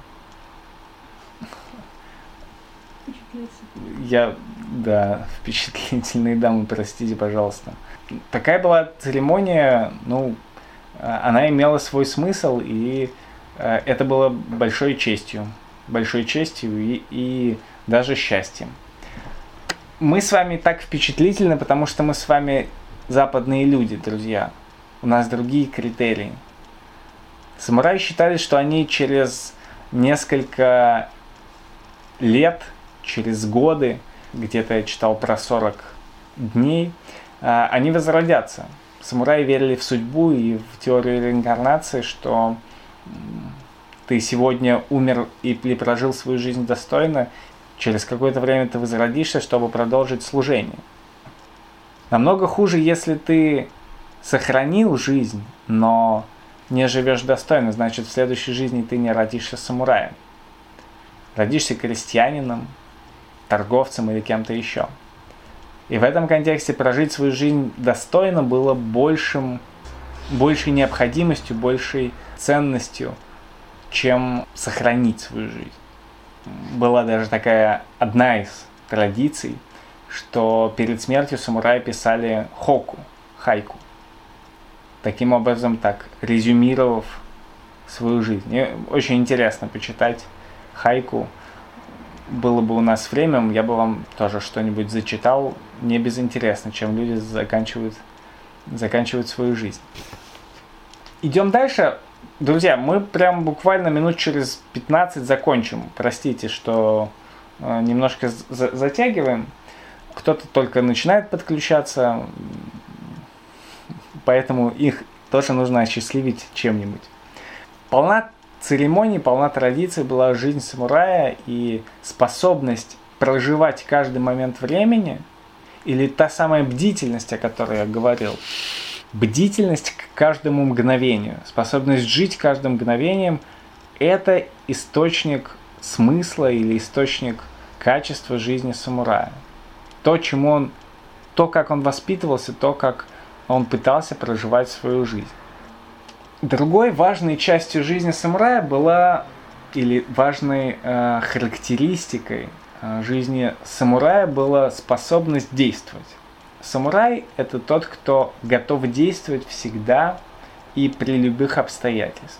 Я, да, впечатлительные дамы, простите, пожалуйста. Такая была церемония, ну, она имела свой смысл, и это было большой честью, большой честью и, и даже счастьем. Мы с вами так впечатлительны, потому что мы с вами западные люди, друзья. У нас другие критерии. Самураи считали, что они через несколько лет, через годы, где-то я читал про сорок дней, они возродятся. Самураи верили в судьбу и в теорию реинкарнации, что ты сегодня умер или прожил свою жизнь достойно, через какое-то время ты возродишься, чтобы продолжить служение. Намного хуже, если ты сохранил жизнь, но не живешь достойно, значит в следующей жизни ты не родишься самураем. Родишься крестьянином, торговцем или кем-то еще. И в этом контексте прожить свою жизнь достойно было большим, большей необходимостью, большей ценностью, чем сохранить свою жизнь. Была даже такая одна из традиций, что перед смертью самураи писали хоку, хайку. Таким образом, так, резюмировав свою жизнь. И очень интересно почитать хайку. Было бы у нас время, я бы вам тоже что-нибудь зачитал. Не безинтересно, чем люди заканчивают, заканчивают свою жизнь. Идем дальше. Друзья, мы прям буквально минут через пятнадцать закончим. Простите, что э, немножко за- затягиваем. Кто-то только начинает подключаться, поэтому их тоже нужно осчастливить чем-нибудь. Полна церемоний, полна традиций была жизнь самурая, и способность проживать каждый момент времени, или та самая бдительность, о которой я говорил, бдительность к каждому мгновению, способность жить каждым мгновением, это источник смысла или источник качества жизни самурая. То, чему он, то, как он воспитывался, то, как он пытался проживать свою жизнь. Другой важной частью жизни самурая была, или важной э, характеристикой э, жизни самурая была способность действовать. Самурай – это тот, кто готов действовать всегда и при любых обстоятельствах.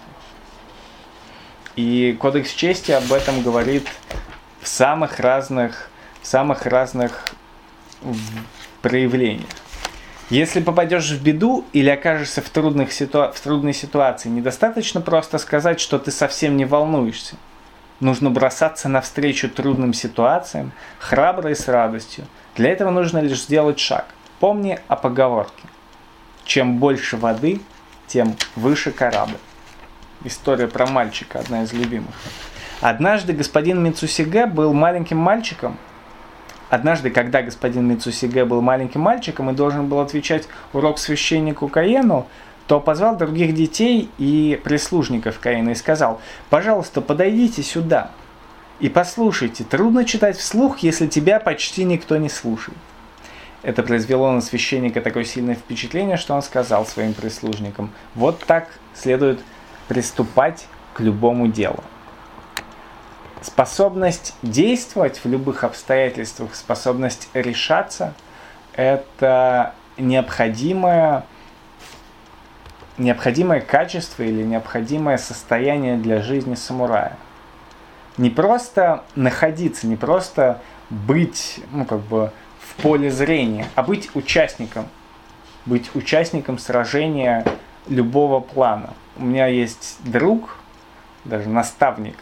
И Кодекс чести об этом говорит в самых разных, в самых разных проявлениях. Если попадешь в беду или окажешься в, трудных ситу... в трудной ситуации, недостаточно просто сказать, что ты совсем не волнуешься. Нужно бросаться навстречу трудным ситуациям, храбро и с радостью. Для этого нужно лишь сделать шаг. Помни о поговорке. Чем больше воды, тем выше корабль. История про мальчика, одна из любимых. Однажды господин Мицусиге был маленьким мальчиком. Однажды, когда господин Мицусиге был маленьким мальчиком и должен был отвечать урок священнику Каену, то позвал других детей и прислужников Каена и сказал: «Пожалуйста, подойдите сюда и послушайте. Трудно читать вслух, если тебя почти никто не слушает». Это произвело на священника такое сильное впечатление, что он сказал своим прислужникам: «Вот так следует приступать к любому делу». Способность действовать в любых обстоятельствах, способность решаться – это необходимое, необходимое качество или необходимое состояние для жизни самурая. Не просто находиться, не просто быть, ну, как бы в поле зрения, а быть участником, быть участником сражения любого плана. У меня есть друг, даже наставник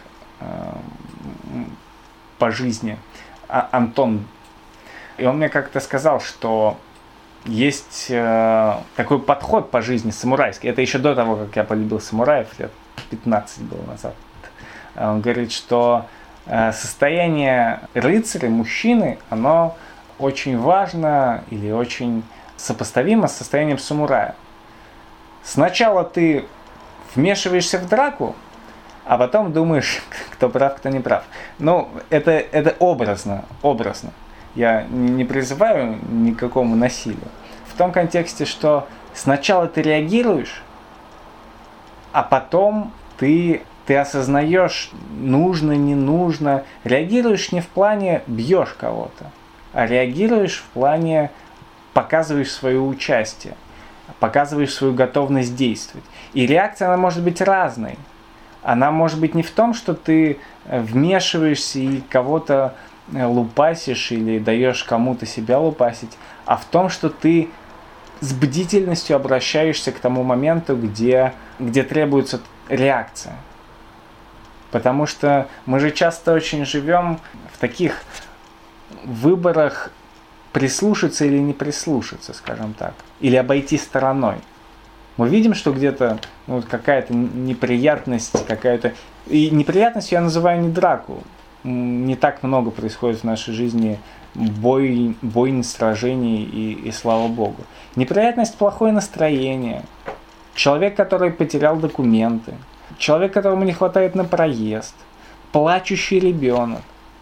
по жизни, Антон. И он мне как-то сказал, что есть э, такой подход по жизни самурайский. Это еще до того, как я полюбил самураев, лет пятнадцать было назад. Он говорит, что э, состояние рыцаря, мужчины, оно очень важно или очень сопоставимо с состоянием самурая. Сначала ты вмешиваешься в драку, а потом думаешь, кто прав, кто не прав. Ну, это, это образно, образно. Я не призываю ни к какому насилию. В том контексте, что сначала ты реагируешь, а потом ты, ты осознаешь, нужно, не нужно. Реагируешь не в плане бьешь кого-то, а реагируешь в плане показываешь свое участие, показываешь свою готовность действовать. И реакция, она может быть разной. Она может быть не в том, что ты вмешиваешься и кого-то лупасишь или даешь кому-то себя лупасить, а в том, что ты с бдительностью обращаешься к тому моменту, где, где требуется реакция. Потому что мы же часто очень живем в таких выборах прислушаться или не прислушаться, скажем так, или обойти стороной. Мы видим, что где-то ну, какая-то неприятность, какая-то... И неприятностью я называю не драку. Не так много происходит в нашей жизни бой, бойн, сражений, и, и слава богу. Неприятность — плохое настроение. Человек, который потерял документы. Человек, которому не хватает на проезд. Плачущий ребенок.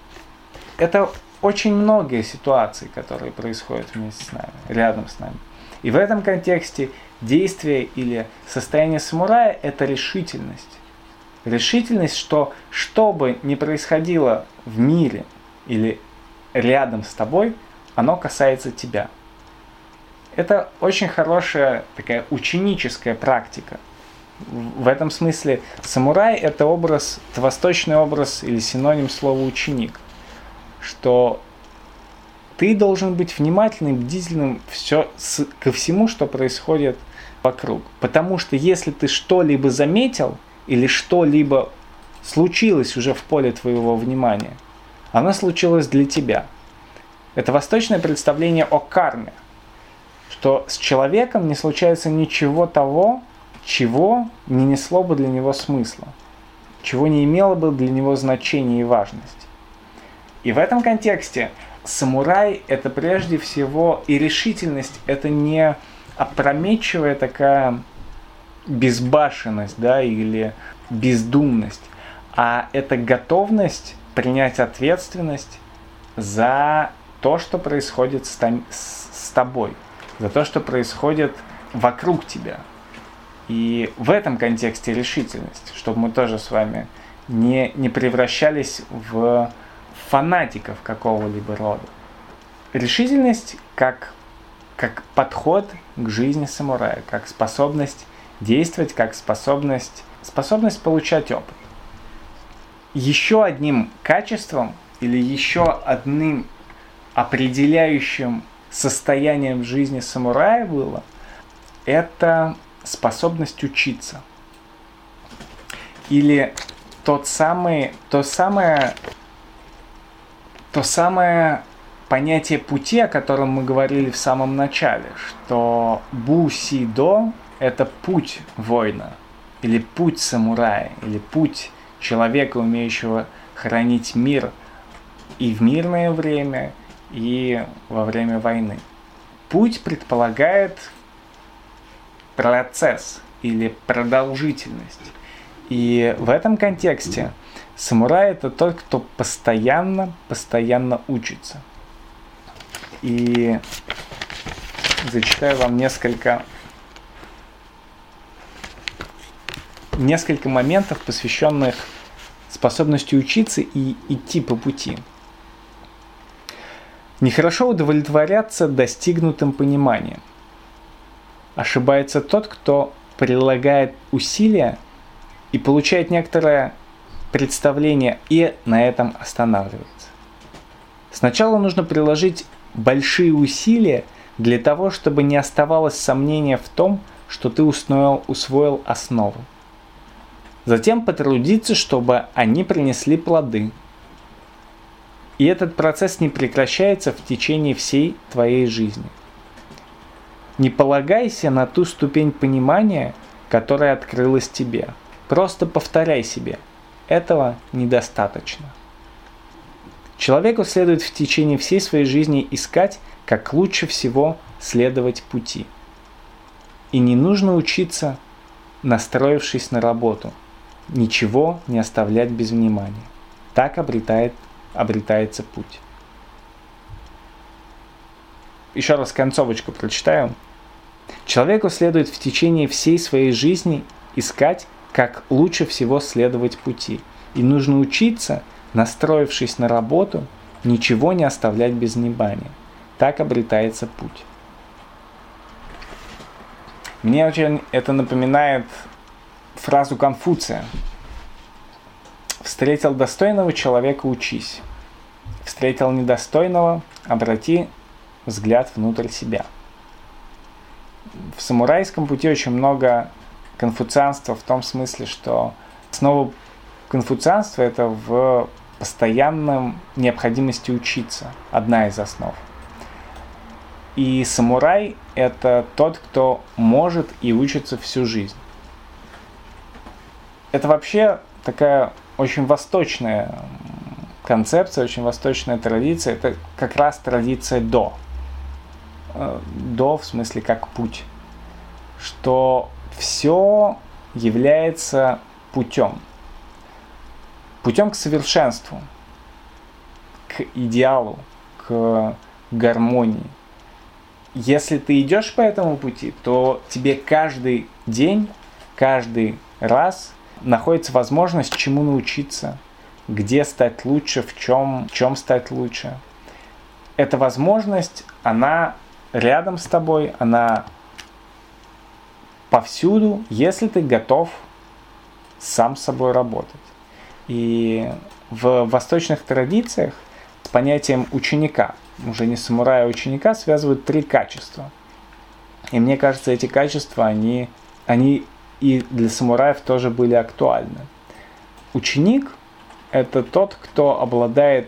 Это очень многие ситуации, которые происходят вместе с нами, рядом с нами. И в этом контексте действие или состояние самурая – это решительность. Решительность, что что бы ни происходило в мире или рядом с тобой, оно касается тебя. Это очень хорошая такая ученическая практика. В этом смысле самурай – это образ, это восточный образ или синоним слова «ученик». Что ты должен быть внимательным, бдительным все, с, ко всему, что происходит вокруг. Потому что если ты что-либо заметил или что-либо случилось уже в поле твоего внимания, оно случилось для тебя. Это восточное представление о карме, что с человеком не случается ничего того, чего не несло бы для него смысла, чего не имело бы для него значения и важности. И в этом контексте самурай – это прежде всего и решительность, это не опрометчивая такая безбашенность, да, или бездумность, а это готовность принять ответственность за то, что происходит с, там, с, с тобой, за то, что происходит вокруг тебя. И в этом контексте решительность, чтобы мы тоже с вами не, не превращались в фанатиков какого-либо рода. Решительность как, как подход к жизни самурая, как способность действовать, как способность, способность получать опыт. Еще одним качеством или еще одним определяющим состоянием жизни самурая было это способность учиться. Или тот самый, то самое То самое понятие пути, о котором мы говорили в самом начале, что бу-си-до – это путь воина, или путь самурая, или путь человека, умеющего хранить мир и в мирное время, и во время войны. Путь предполагает процесс или продолжительность. И в этом контексте самурай – это тот, кто постоянно, постоянно учится. И зачитаю вам несколько, несколько моментов, посвященных способности учиться и идти по пути. Нехорошо удовлетворяться достигнутым пониманием. Ошибается тот, кто прилагает усилия и получает некоторое представление и на этом останавливается. Сначала нужно приложить большие усилия для того, чтобы не оставалось сомнения в том, что ты усвоил, усвоил основы. Затем потрудиться, чтобы они принесли плоды. И этот процесс не прекращается в течение всей твоей жизни. Не полагайся на ту ступень понимания, которая открылась тебе. Просто повторяй себе. Этого недостаточно. Человеку следует в течение всей своей жизни искать, как лучше всего следовать пути. И не нужно учиться, настроившись на работу, ничего не оставлять без внимания. Так обретает, обретается путь. Еще раз концовочку прочитаю. Человеку следует в течение всей своей жизни искать, как лучше всего следовать пути. И нужно учиться, настроившись на работу, ничего не оставлять без внимания. Так обретается путь. Мне очень это напоминает фразу Конфуция. «Встретил достойного человека – учись. Встретил недостойного – обрати взгляд внутрь себя». в самурайском пути очень много конфуцианства в том смысле, что основа конфуцианства – это в постоянном необходимости учиться, одна из основ. И самурай – это тот, кто может и учится всю жизнь. Это вообще такая очень восточная концепция, очень восточная традиция. Это как раз традиция до. До в смысле как путь. Что все является путем. Путем к совершенству, к идеалу, к гармонии. Если ты идешь по этому пути, то тебе каждый день, каждый раз находится возможность чему научиться, где стать лучше, в чем, в чем стать лучше. Эта возможность, она рядом с тобой, она повсюду, если ты готов сам с собой работать. И в восточных традициях с понятием ученика, уже не самурая, а ученика, связывают три качества. И мне кажется, эти качества, они, они и для самураев тоже были актуальны. Ученик – это тот, кто обладает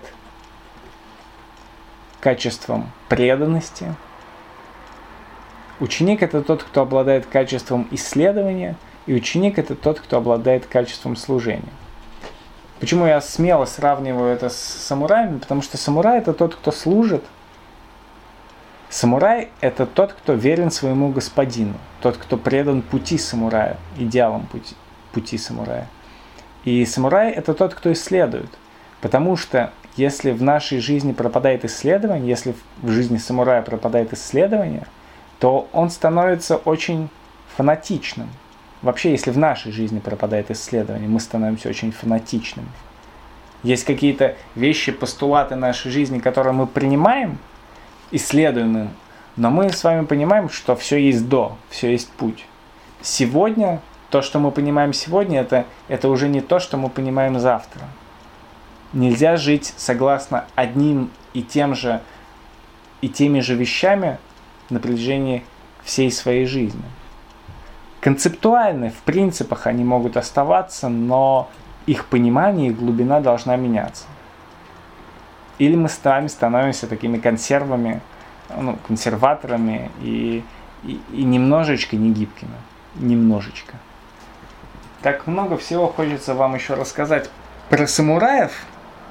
качеством преданности. Ученик – это тот, кто обладает качеством исследования. И ученик – это тот, кто обладает качеством служения. Почему я смело сравниваю это с самураями? Потому что самурай – это тот, кто служит. Самурай – это тот, кто верен своему господину. Тот, кто предан пути самурая, идеалам пути, пути самурая. И самурай – это тот, кто исследует. Потому что если в нашей жизни пропадает исследование, если в жизни самурая пропадает исследование, то он становится очень фанатичным. Вообще, если в нашей жизни пропадает исследование, мы становимся очень фанатичными. Есть какие-то вещи, постулаты нашей жизни, которые мы принимаем, исследуем им, но мы с вами понимаем, что все есть до, все есть путь. Сегодня, то, что мы понимаем сегодня, это, это уже не то, что мы понимаем завтра. Нельзя жить согласно одним и тем же, и теми же вещами на протяжении всей своей жизни. Концептуально, в принципах они могут оставаться, но их понимание и глубина должна меняться. Или мы с вами становимся такими консервами, ну, консерваторами и, и, и немножечко негибкими. Немножечко. Так много всего хочется вам еще рассказать про самураев.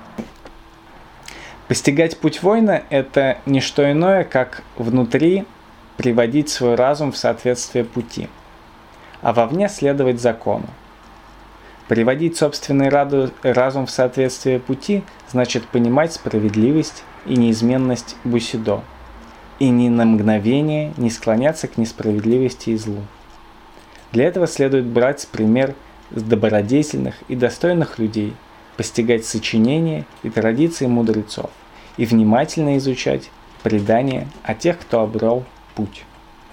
Постигать путь воина – это не что иное, как внутри приводить свой разум в соответствие пути, а вовне следовать закону. Приводить собственный разум в соответствие пути значит понимать справедливость и неизменность бусидо, и ни на мгновение не склоняться к несправедливости и злу. Для этого следует брать пример с добродетельных и достойных людей, постигать сочинения и традиции мудрецов и внимательно изучать предания о тех, кто обрел путь.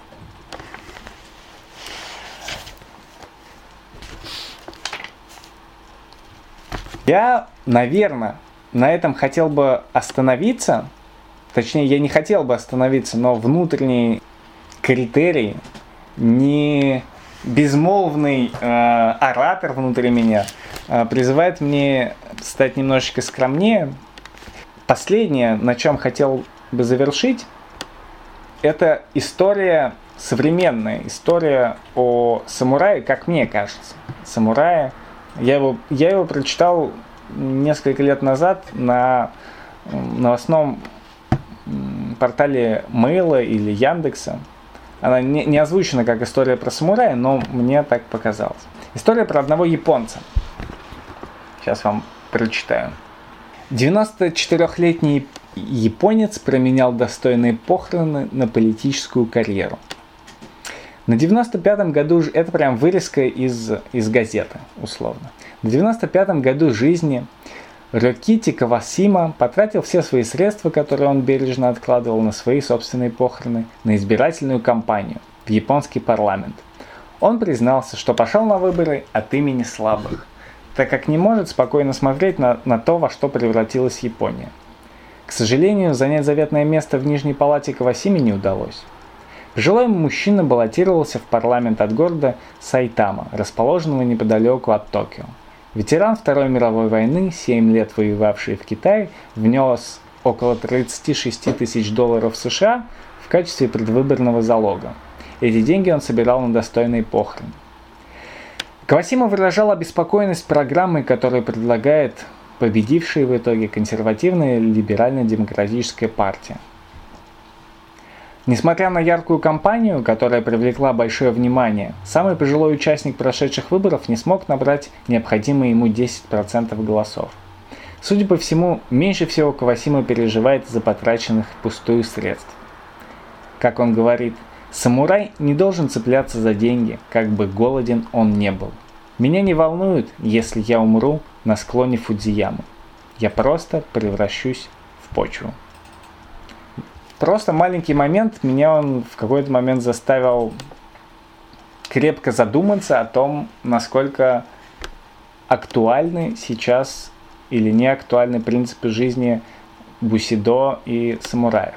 Я, наверное, на этом хотел бы остановиться, точнее, я не хотел бы остановиться, но внутренний критерий, не безмолвный э, оратор внутри меня э, призывает мне стать немножечко скромнее. Последнее, на чем хотел бы завершить, это история, современная история о самурае, как мне кажется. Самурае. Я его, я его прочитал несколько лет назад на новостном портале Мейла или Яндекса. Она не, не озвучена как история про самурая, но мне так показалось. История про одного японца. Сейчас вам прочитаю. девяносточетырёхлетний японец променял достойные похороны на политическую карьеру. На девяносто пятом году, это прям вырезка из, из газеты, условно. На девяносто пятом году жизни Рёкити Кавасима потратил все свои средства, которые он бережно откладывал на свои собственные похороны, на избирательную кампанию в японский парламент. Он признался, что пошел на выборы от имени слабых, так как не может спокойно смотреть на, на то, во что превратилась Япония. К сожалению, занять заветное место в Нижней палате Кавасиме не удалось. Пожилой мужчина баллотировался в парламент от города Сайтама, расположенного неподалеку от Токио. Ветеран Второй мировой войны, семь лет воевавший в Китае, внес около тридцать шесть тысяч долларов США в качестве предвыборного залога. Эти деньги он собирал на достойные похороны. Кавасима выражал обеспокоенность программой, которую предлагает победившая в итоге консервативная либерально-демократическая партия. Несмотря на яркую кампанию, которая привлекла большое внимание, самый пожилой участник прошедших выборов не смог набрать необходимые ему десять процентов голосов. Судя по всему, меньше всего Кавасима переживает из-за потраченных впустую средств. Как он говорит, самурай не должен цепляться за деньги, как бы голоден он не был. Меня не волнует, если я умру на склоне Фудзиямы. Я просто превращусь в почву. Просто маленький момент, меня он в какой-то момент заставил крепко задуматься о том, насколько актуальны сейчас или не актуальны принципы жизни бусидо и самураев.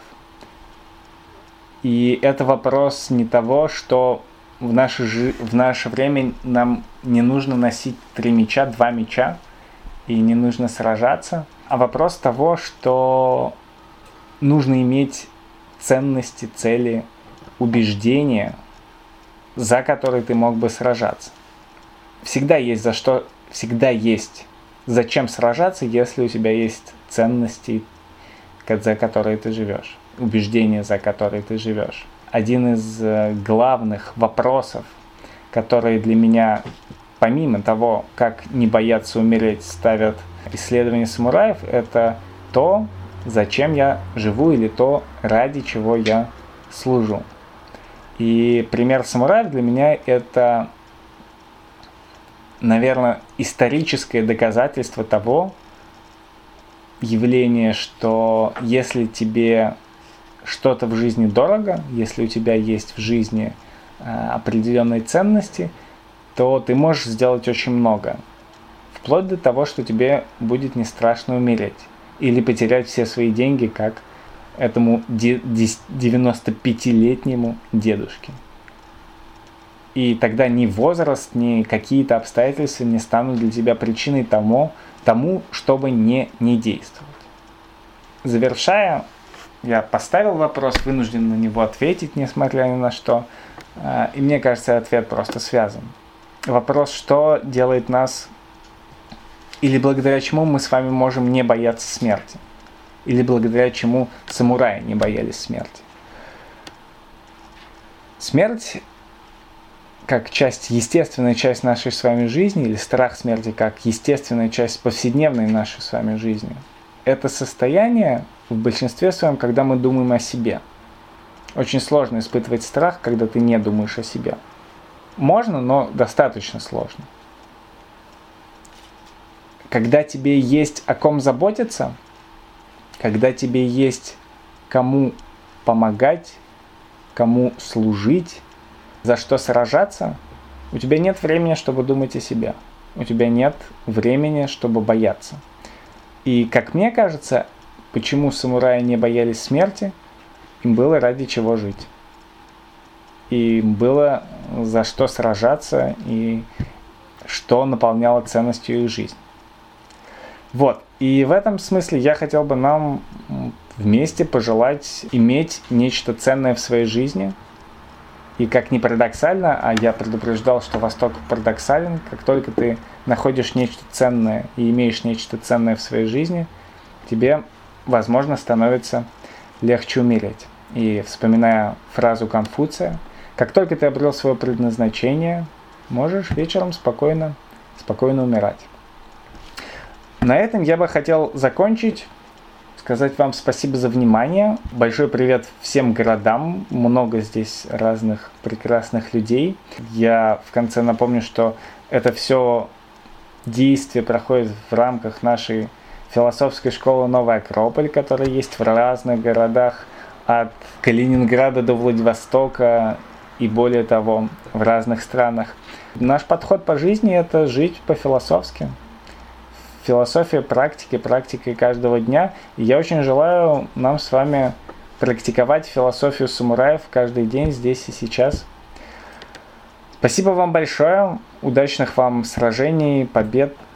И это вопрос не того, что в наше, жи- в наше время нам не нужно носить три меча, два меча, и не нужно сражаться, а вопрос того, что нужно иметь ценности, цели, убеждения, за которые ты мог бы сражаться. Всегда есть за что, всегда есть зачем сражаться, если у тебя есть ценности, за которые ты живешь, убеждения, за которые ты живешь. Один из главных вопросов, которые для меня, помимо того, как не бояться умереть, ставят исследования самураев, это то, зачем я живу или то, ради чего я служу. И пример самураев для меня это, наверное, историческое доказательство того явления, что если тебе что-то в жизни дорого, если у тебя есть в жизни э, определенные ценности, то ты можешь сделать очень много. Вплоть до того, что тебе будет не страшно умереть. Или потерять все свои деньги, как этому девяностопятилетнему дедушке. И тогда ни возраст, ни какие-то обстоятельства не станут для тебя причиной тому, тому чтобы не, не действовать. Завершая, я поставил вопрос, вынужден на него ответить, несмотря ни на что. И мне кажется, ответ просто связан. Вопрос, что делает нас, или благодаря чему мы с вами можем не бояться смерти, или благодаря чему самураи не боялись смерти. Смерть, как часть, естественная часть нашей с вами жизни, или страх смерти, как естественная часть повседневной нашей с вами жизни, это состояние в большинстве своем, когда мы думаем о себе. Очень сложно испытывать страх, когда ты не думаешь о себе. Можно, но достаточно сложно. Когда тебе есть о ком заботиться, когда тебе есть кому помогать, кому служить, за что сражаться, у тебя нет времени, чтобы думать о себе. У тебя нет времени, чтобы бояться. И, как мне кажется, почему самураи не боялись смерти, им было ради чего жить. Им было за что сражаться и что наполняло ценностью их жизнь. Вот, и в этом смысле я хотел бы нам вместе пожелать иметь нечто ценное в своей жизни. И как ни парадоксально, а я предупреждал, что Восток парадоксален, как только ты находишь нечто ценное и имеешь нечто ценное в своей жизни, тебе, возможно, становится легче умереть. И вспоминая фразу Конфуция, как только ты обрел свое предназначение, можешь вечером спокойно, спокойно умирать. На этом я бы хотел закончить, сказать вам спасибо за внимание. Большой привет всем городам, много здесь разных прекрасных людей. Я в конце напомню, что это все действие проходит в рамках нашей философской школы «Новая Акрополь», которая есть в разных городах, от Калининграда до Владивостока и более того, в разных странах. Наш подход по жизни – это жить по-философски. Философия практики, практика каждого дня. И я очень желаю нам с вами практиковать философию самураев каждый день здесь и сейчас. Спасибо вам большое, удачных вам сражений, побед.